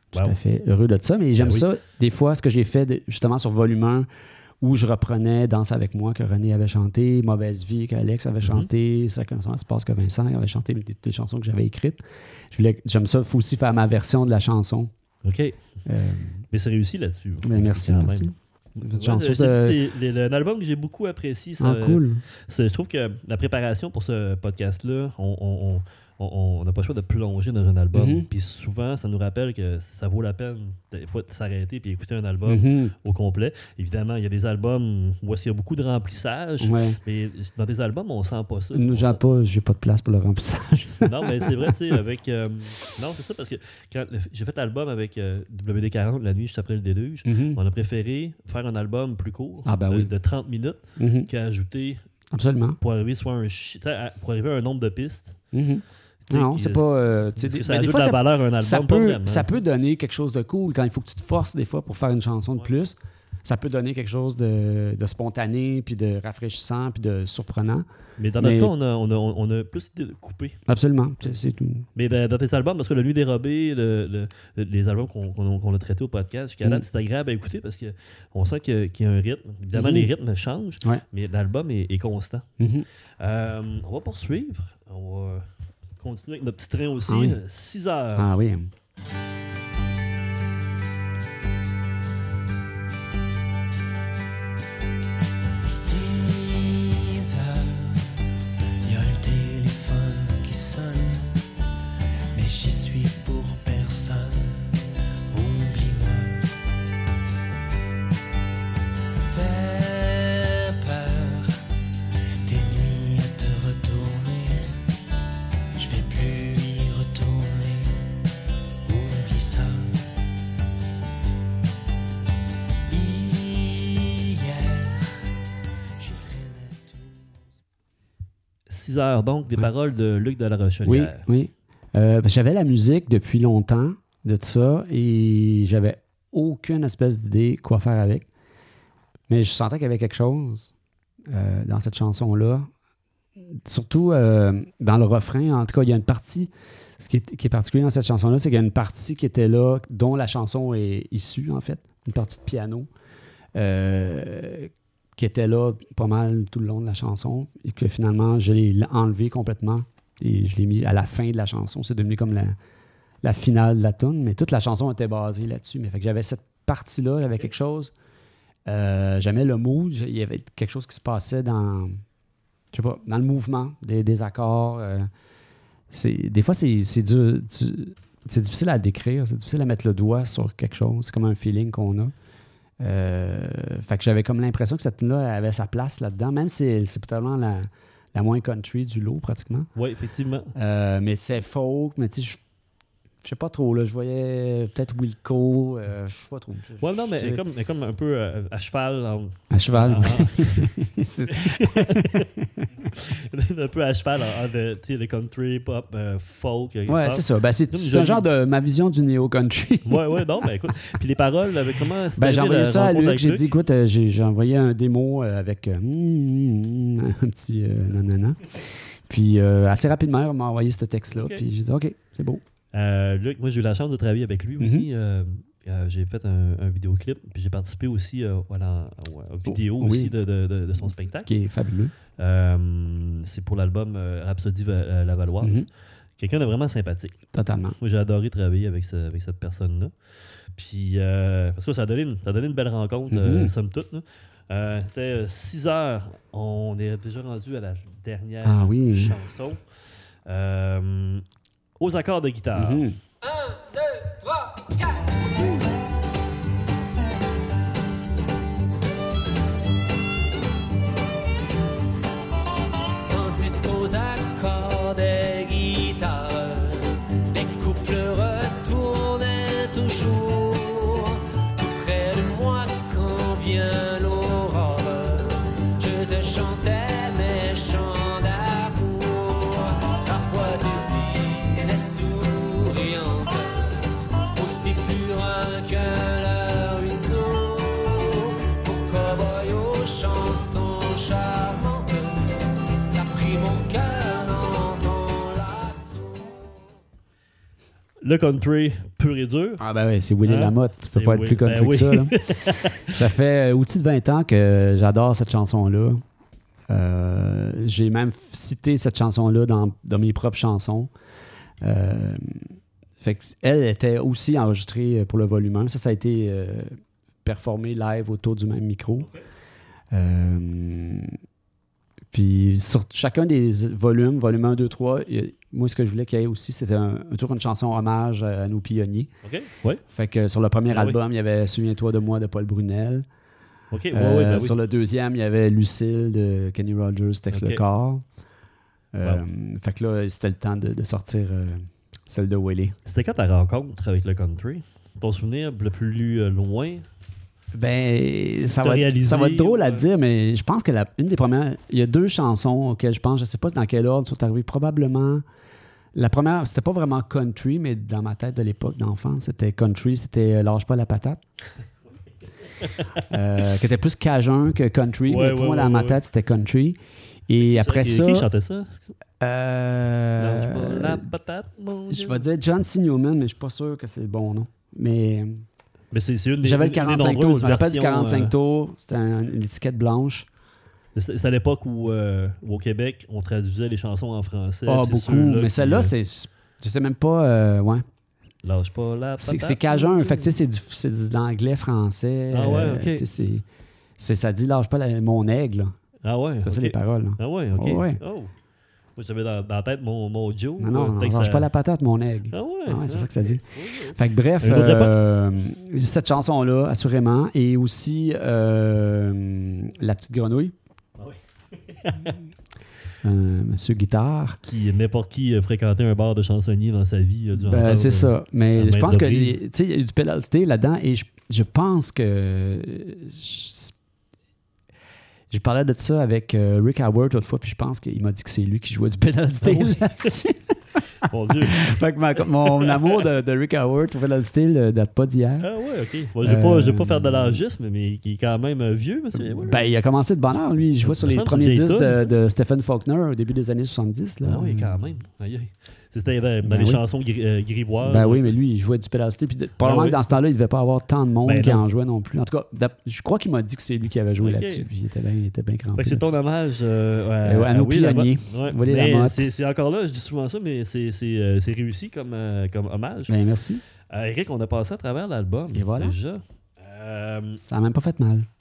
tout Wow. à fait heureux de ça. Mais j'aime Ben oui. ça, des fois, ce que j'ai fait de- justement sur Volume un, où je reprenais Danse avec moi que René avait chanté, Mauvaise vie qu'Alex avait chanté, Ça commence se passe que Vincent avait chanté, des, des chansons que j'avais écrites. Je voulais, j'aime ça, il faut aussi faire ma version de la chanson. OK. Euh, Mais c'est réussi là-dessus. ben, merci, Quand merci. même. Une Ouais, chanson je- je de... dis, c'est le- le- un album que j'ai beaucoup apprécié. Ça, Ah, cool. c'est- je trouve que la préparation pour ce podcast-là, on on- on- on- on n'a pas le choix de plonger dans un album. Mhm. Puis souvent, ça nous rappelle que ça vaut la peine des fois de s'arrêter et écouter un album Mhm. au complet. Évidemment, il y a des albums où il y a beaucoup de remplissage, Ouais. mais dans des albums, on sent pas ça. Nous, On j'ai sent- pas, j'ai pas de place pour le remplissage. Non, mais c'est vrai, tu sais, avec... euh, non, c'est ça, parce que quand le- j'ai fait l'album avec euh, W D quarante, La nuit juste après le déluge, Mhm. on a préféré faire un album plus court, Ah, ben de, oui. de trente minutes, Mhm. qu'ajouter Absolument. pour arriver soit un chi- tu sais, à- pour arriver à un nombre de pistes. Mhm. Tu sais, Non, qui- c'est pas... euh, tu sais, Est-ce que des- ça mais des ajoute fois, la ça- valeur à un album? ça Pas peut, vraiment. ça peut donner quelque chose de cool quand il faut que tu te forces des fois pour faire une chanson de Ouais. plus. Ça peut donner quelque chose de, de spontané, puis de rafraîchissant, puis de surprenant. Mais dans notre mais- cas, on a, on, a, on a plus été coupé. Absolument, c'est, c'est tout. Mais dans, dans tes albums, parce que La nuit dérobée, le, le- le- les albums qu'on, qu'on, qu'on a traités au podcast, jusqu'à Mm. date, c'est agréable à écouter parce qu'on sent qu'il y a, qu'il y a un rythme. Évidemment, Mhm. les rythmes changent, Ouais. mais l'album est, est constant. Mhm. Euh, on va poursuivre. On va continuer avec notre petit train aussi. Ah oui. six heures. Ah oui. Six heures, y a le téléphone qui sonne, mais j'y suis pour personne. Oublie-moi. T'as peur des nuits à te retourner, je vais plus y retourner. Oublie ça. six heures, donc, des Ouais. paroles de Luc de la Oui, Rochelière. oui. Euh, ben, j'avais la musique depuis longtemps de tout ça et j'avais aucune espèce d'idée quoi faire avec. Mais je sentais qu'il y avait quelque chose euh, dans cette chanson-là. Surtout euh, dans le refrain, en tout cas, il y a une partie, ce qui est, qui est particulier dans cette chanson-là, c'est qu'il y a une partie qui était là, dont la chanson est issue, en fait, une partie de piano, euh, qui était là pas mal tout le long de la chanson, et que finalement, je l'ai enlevé complètement, et je l'ai mis à la fin de la chanson. C'est devenu comme la, la finale de la tune, mais toute la chanson était basée là-dessus. Mais fait que j'avais cette partie-là, j'avais quelque chose, euh, j'aimais le mood, il y avait quelque chose qui se passait dans... je sais pas, dans le mouvement des, des accords. euh, c'est, des fois, c'est, c'est, dur, du- c'est difficile à décrire, c'est difficile à mettre le doigt sur quelque chose. C'est comme un feeling qu'on a. Euh, fait que j'avais comme l'impression que cette tune-là avait sa place là-dedans, même si c'est, c'est totalement la, la moins country du lot, pratiquement. Oui, effectivement. Euh, mais c'est folk, mais tu sais, je je sais pas trop, là. Je voyais peut-être Wilco, euh, je sais pas trop. Je- Ouais, non, mais elle est je- comme, elle est comme un peu euh, à cheval. en- À cheval. Ah, C'est- un peu à cheval en- entre tu sais, le country, pop, euh, folk. euh, ouais, pop. c'est ça. Ben, c'est, Comme c'est joli. un genre de ma vision du néo-country. Ouais, ouais, non, ben écoute. Puis les paroles, avec comment c'était Ben, j'ai arrivé envoyé la ça à rencontre Luc. avec J'ai Luc? dit, écoute, euh, j'ai, j'ai envoyé un démo euh, avec euh, mm, mm, un petit euh, nanana. Puis euh, assez rapidement, il m'a envoyé ce texte-là. Ok. Puis j'ai dit, OK, c'est beau. Euh, Luc, moi j'ai eu la chance de travailler avec lui aussi. Euh, euh, j'ai fait un, un vidéoclip, puis j'ai participé aussi euh, voilà, aux, aux vidéos Oh, oui. aussi de, de- de- de son spectacle. Qui est fabuleux. Euh, c'est pour l'album euh, Rhapsodie Va- euh, Lavalloise. Mhm. Quelqu'un de vraiment sympathique. Totalement. Moi j'ai adoré travailler avec, ce- avec cette personne-là. Puis, euh, parce que ça a, donné une, ça a donné une belle rencontre, euh, Mhm. somme toute. Là. Euh, C'était six heures. On est déjà rendu à la dernière Ah oui. chanson. Euh, aux accords de guitare. Mhm. Tandis qu'aux accords des guitares, les couples retournaient toujours tout près de moi quand vient l'aurore. Je te chantais mes chants d'amour. Parfois tu disais souriant le country pur et dur. Ah ben oui, c'est Willie Hein? Lamotte. Tu peux C'est pas être Will- plus country ben que oui. ça. Là. Ça fait euh, au-dessus de vingt ans que j'adore cette chanson-là. Euh, j'ai même cité cette chanson-là dans, dans mes propres chansons. Euh, fait que elle était aussi enregistrée pour le volume un. Ça, ça a été euh, performé live autour du même micro. Ok. Euh, puis sur chacun des volumes, volume un, deux, trois, il- moi, ce que je voulais qu'il y ait aussi, c'était un, un tour une chanson hommage à nos pionniers. OK? Oui. Fait que sur le premier Ah oui. album, il y avait Souviens-toi de moi de Paul Brunel. OK, ouais, Euh, ouais, ben oui. Sur le deuxième, il y avait Lucille de Kenny Rogers, Texte Ok. le corps. Euh, Fait que là, c'était le temps de, de sortir euh, celle de Willie. C'était quand ta rencontre avec le country? Ton souvenir le plus euh, loin? Ben, ça T'as va, être, réalisé, ça va être drôle à ouais. dire, mais je pense que la, une des premières. Il y a deux chansons auxquelles je pense, je sais pas dans quel ordre sont arrivées. Probablement. La première, c'était pas vraiment country, mais dans ma tête de l'époque d'enfance, c'était country, c'était euh, Lâche pas la patate. euh, qui était plus cajun que country, Ouais, mais pour ouais, moi, ouais, dans ma ouais. tête, c'était country. Et après qui, ça. Qui chantait ça? euh, Lâche pas la patate, mon je Dieu. vais dire John C. Newman, mais je suis pas sûr que c'est le bon nom. Mais. Mais c'est c'est une des J'avais le une des quarante-cinq tours. nombreuses Je me rappelle du versions, quarante-cinq euh, tours. C'était un- une étiquette blanche. C'était c'était à l'époque où, euh, où au Québec, on traduisait les chansons en français. Ah, puis c'est beaucoup. ceux-là Mais qui, celle-là, euh, c'est. Je sais même pas. euh, ouais. Lâche pas la C'est patate. c'est cajun. mon Fait que, Dieu. tu sais, c'est du, c'est de l'anglais, français. Ah ouais, euh, ok. tu sais, c'est- c'est- ça dit lâche pas la- mon aigle. là. Ah ouais. Ça, c'est ok. les paroles. là. Ah ouais, ok. Ah ouais. Oh. Moi, j'avais dans, dans la tête mon, mon Joe. Non, non, euh, non, peut-être que lâche ça- pas la patate, mon aigle. Ah ouais. Ah ouais, c'est ça que ça ok. dit. Oui, Fait que bref, Une autre euh, cette chanson-là, assurément, et aussi euh, La petite grenouille. Ah oui. Euh, Monsieur Guitare. Qui, n'importe qui a fréquenté un bar de chansonnier dans sa vie. a dû Ben, entendre, c'est euh, ça. Mais à je maintes pense que reprises. les- tu sais, il y a du pedal steel là-dedans et je, je pense que euh, je, je parlais de ça avec euh, Rick Howard l'autre fois, puis je pense qu'il m'a dit que c'est lui qui jouait du pedal steel Ah oui. là-dessus. Mon Dieu. Fait que ma- mon amour de, de Rick Howard pour pedal steel euh, date pas d'hier. Ah ouais, ok. Bon, je ne vais pas, je vais pas Euh, faire de l'âgisme, mais qui est quand même euh, vieux, monsieur. Voilà. Ben, il a commencé de bonne heure, lui. Il jouait sur Ça me les semble premiers que c'est disques vieille de, toune, ça. de Stephen Faulkner au début des années soixante-dix. Là. Ah oui, quand même. Aïe, aïe. C'était dans, dans Ben les oui. chansons gri- euh, grivoises. Ben oui, mais lui, il jouait du pedal steel. Puis de- probablement oui. que dans ce temps-là, il ne devait pas avoir tant de monde Ben qui non. en jouait non plus. En tout cas, d'ap- je crois qu'il m'a dit que c'est lui qui avait joué Ok. là-dessus. Puis il était bien, il était bien crampé. Fait que c'est ton là-dessus. hommage euh, Euh, à nos Willy Lamotte. pionniers. Ouais. Willy Mais Lamotte. c'est c'est encore là, je dis souvent ça, mais c'est c'est, euh, c'est réussi comme, euh, comme hommage. Ben, merci. Euh, Eric, on a passé à travers l'album. Et voilà. Déjà. Euh, Ça n'a même pas fait mal.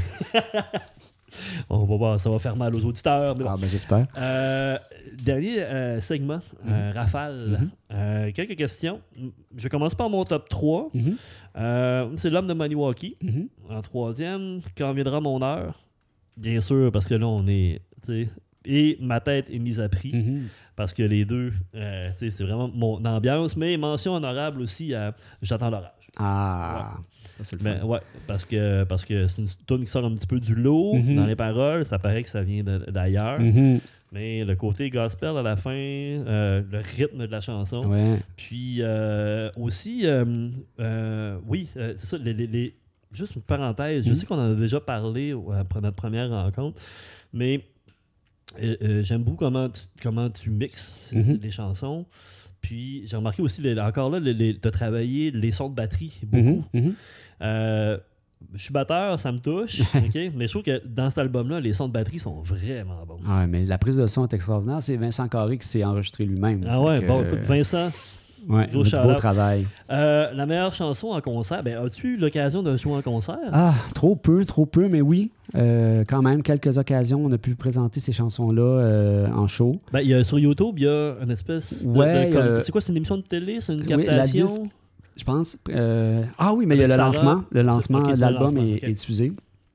on va voir, ça va faire mal aux auditeurs. Mais bon. Ah, ben j'espère. Euh, dernier euh, segment, euh, rafale. Mhm. Euh, quelques questions. Je commence par mon top trois. Mhm. Euh, c'est l'homme de Maniwaki. Mhm. En troisième, quand viendra mon heure. Bien sûr, parce que là, on est. tu sais, Et ma tête est mise à prix. Mhm. Parce que les deux, euh, tu sais, c'est vraiment mon ambiance. Mais mention honorable aussi à J'attends l'orage. Ah, ça, c'est le Ben, fun. ouais, parce que parce que c'est une tune qui sort un petit peu du lot Mhm. dans les paroles. Ça paraît que ça vient de- d'ailleurs. Mhm. Mais le côté gospel à la fin, euh, le rythme de la chanson. Ouais. Puis euh, aussi, euh, euh, oui, euh, c'est ça, les, les- les- juste une parenthèse, je Mhm. sais qu'on en a déjà parlé après notre première rencontre, mais euh, euh, j'aime beaucoup comment tu, comment tu mixes Mhm. les chansons. Puis j'ai remarqué aussi, les- encore là, tu as travaillé les sons de batterie beaucoup. Mhm. Mhm. Euh, je suis batteur, ça me touche, ok? Mais je trouve que dans cet album-là, les sons de batterie sont vraiment bons. Ouais, mais la prise de son est extraordinaire. C'est Vincent Carré qui s'est enregistré lui-même. Ah Fait ouais, que, bon, euh, écoute, Vincent, ouais, gros du beau shout-out. travail. euh, la meilleure chanson en concert, ben, as-tu eu l'occasion de jouer en concert? Ah, trop peu, trop peu, mais oui. Euh, quand même, quelques occasions, on a pu présenter ces chansons-là euh, en show. Ben, il y a, sur YouTube, il y a une espèce de... Ouais, de- comme- euh, c'est quoi, c'est une émission de télé? C'est une oui, la captation? disque. Je pense. euh, ah oui, mais il y a Avec le Sarah. lancement. Le lancement Ok, c'est de le l'album lancement, est, ok. est diffusé.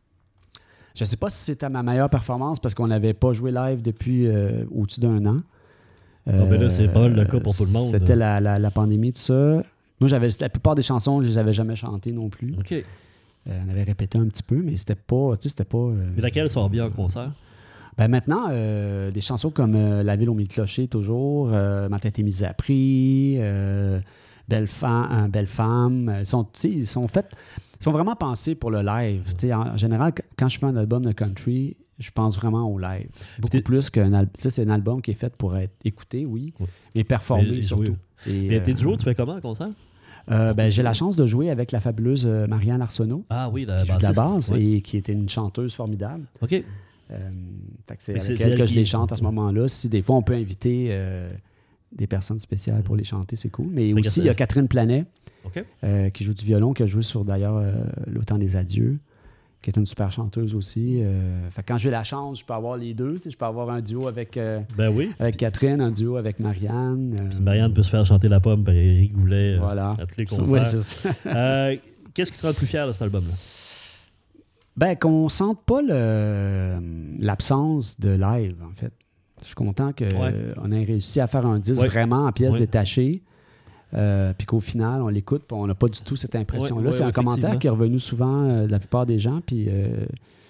Je ne sais pas si c'était ma meilleure performance parce qu'on n'avait pas joué live depuis euh, au-dessus d'un an. Ah, ben là, c'est pas le cas pour tout le monde. C'était la, la, la pandémie, tout ça. Moi, j'avais la plupart des chansons, je les avais jamais chantées non plus. OK. Euh, on avait répété un petit peu, mais c'était pas. Tu sais, c'était pas. euh, Mais laquelle sort bien en concert? Ben maintenant, euh, des chansons comme euh, La ville au mille clochers, toujours, euh, Ma tête est mise à prix, euh, Belle, femme, euh, Belle femme, euh, sont, tu sais, ils sont faits, ils sont vraiment pensés pour le live. Tu sais, en général, qu- quand je fais un album de country, je pense vraiment au live. Beaucoup T'es- plus qu'un album. Tu sais, c'est un album qui est fait pour être écouté, oui, Ouais. mais performé Mais surtout. joué. Et, Et tes euh, duos, tu fais comment en concert? euh, ben, j'ai la chance de jouer avec la fabuleuse euh, Marianne Arsenault, Ah oui, la qui joue de la bassiste. base Ouais. et qui était une chanteuse formidable. OK. Euh, fait que c'est Mais avec c'est- c'est elle elle que je qui- les chante à ce moment-là. Si des fois on peut inviter euh, des personnes spéciales pour les chanter, c'est cool. Mais Fait que aussi, c'est- il y a Catherine Planet OK. euh, qui joue du violon, qui a joué sur d'ailleurs euh, L'Automne des Adieux, qui est une super chanteuse aussi. Euh, fait que quand j'ai la chance, je peux avoir les deux. Tu sais, je peux avoir un duo avec, euh, Ben oui. avec Catherine, un duo avec Marianne. euh, Puis Marianne peut se faire chanter la pomme par Éric Goulet euh, Voilà. à tous les concerts. Ouais, c'est ça. Euh, Qu'est-ce qui te rend le plus fier de cet album-là? Ben, qu'on sente pas le- l'absence de live, en fait. Je suis content qu'on Ouais. ait réussi à faire un disque Ouais. vraiment en pièces Ouais. détachées. Euh, puis qu'au final, on l'écoute, puis on n'a pas du tout cette impression-là. Ouais, ouais, c'est un commentaire effectivement. qui est revenu souvent euh, de la plupart des gens, puis euh,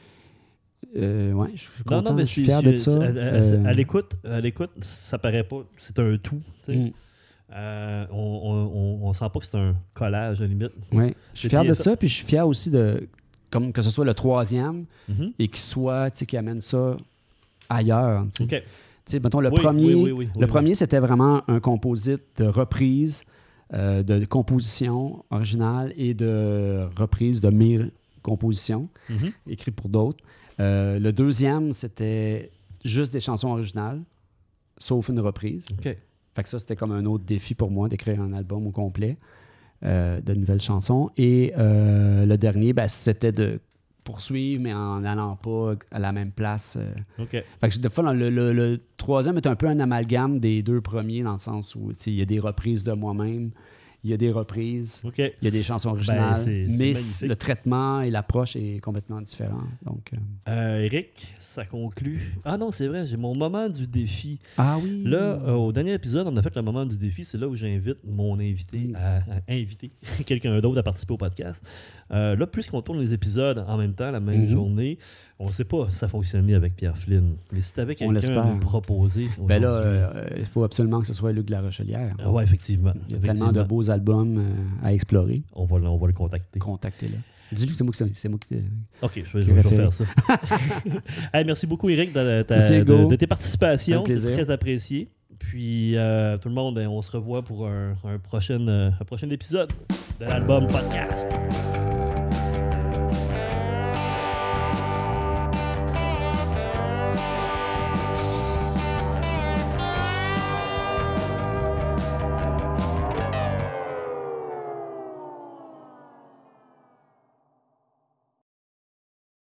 euh, ouais, je suis Non, content, non, mais je suis c'est- fier de c'est- ça. À, à- Euh, à l'écoute, à l'écoute, ça paraît pas. C'est un tout. tu sais. mm, Euh, on, on, on, on sent pas que c'est un collage, à la limite. ouais. Je suis C'est fier bien de fait. ça, puis je suis fier aussi de comme que ce soit le troisième Mhm. et qu'il soit, tu sais, qui amène ça ailleurs. tu sais. OK. Tu sais, mettons, le Oui, premier, oui, oui, oui, le oui, premier c'était vraiment un composite de reprise, euh, de composition originale et de reprise de mes compositions Mhm. écrites pour d'autres. Euh, le deuxième, c'était juste des chansons originales, sauf une reprise. OK. Fait que ça, c'était comme un autre défi pour moi d'écrire un album au complet euh, de nouvelles chansons. Et euh, le dernier, ben, c'était de poursuivre, mais en n'allant pas à la même place. euh. OK. Fait que des fois, le, le- le troisième est un peu un amalgame des deux premiers, dans le sens où tu sais, il y a des reprises de moi-même, il y a des reprises, OK. il y a des chansons originales, Ben, c'est- c'est mais magnifique. le traitement et l'approche est complètement différent. Donc, euh, Euh, Eric, ça conclut. Ah non, c'est vrai, j'ai mon moment du défi. Ah oui! Là, euh, au dernier épisode, on a fait le moment du défi. C'est là où j'invite mon invité Mm. à, à inviter quelqu'un d'autre à participer au podcast. Euh, là, puisqu'on tourne les épisodes en même temps, la même Mhm. journée, on ne sait pas si ça fonctionnait avec Pierre Flynn. Mais si tu avais On quelqu'un à l'espère. nous proposer. Ben là, aujourd'hui- euh, il faut absolument que ce soit Luc Larochelière. Ah ouais, effectivement. Il y a tellement de Effectivement. beaux albums euh, à explorer. On va, le- on va le contacter. Contactez-le. Dis-lui que c'est moi qui c'est moi qui. OK, je vais, Qui je vais référé. faire ça. Hey, merci beaucoup, Eric, de, ta- Merci, de- Hugo. de tes participations. Un plaisir. C'est très apprécié. Puis, euh, tout le monde, ben, on se revoit pour un, un prochain, euh, un prochain épisode de l'album podcast.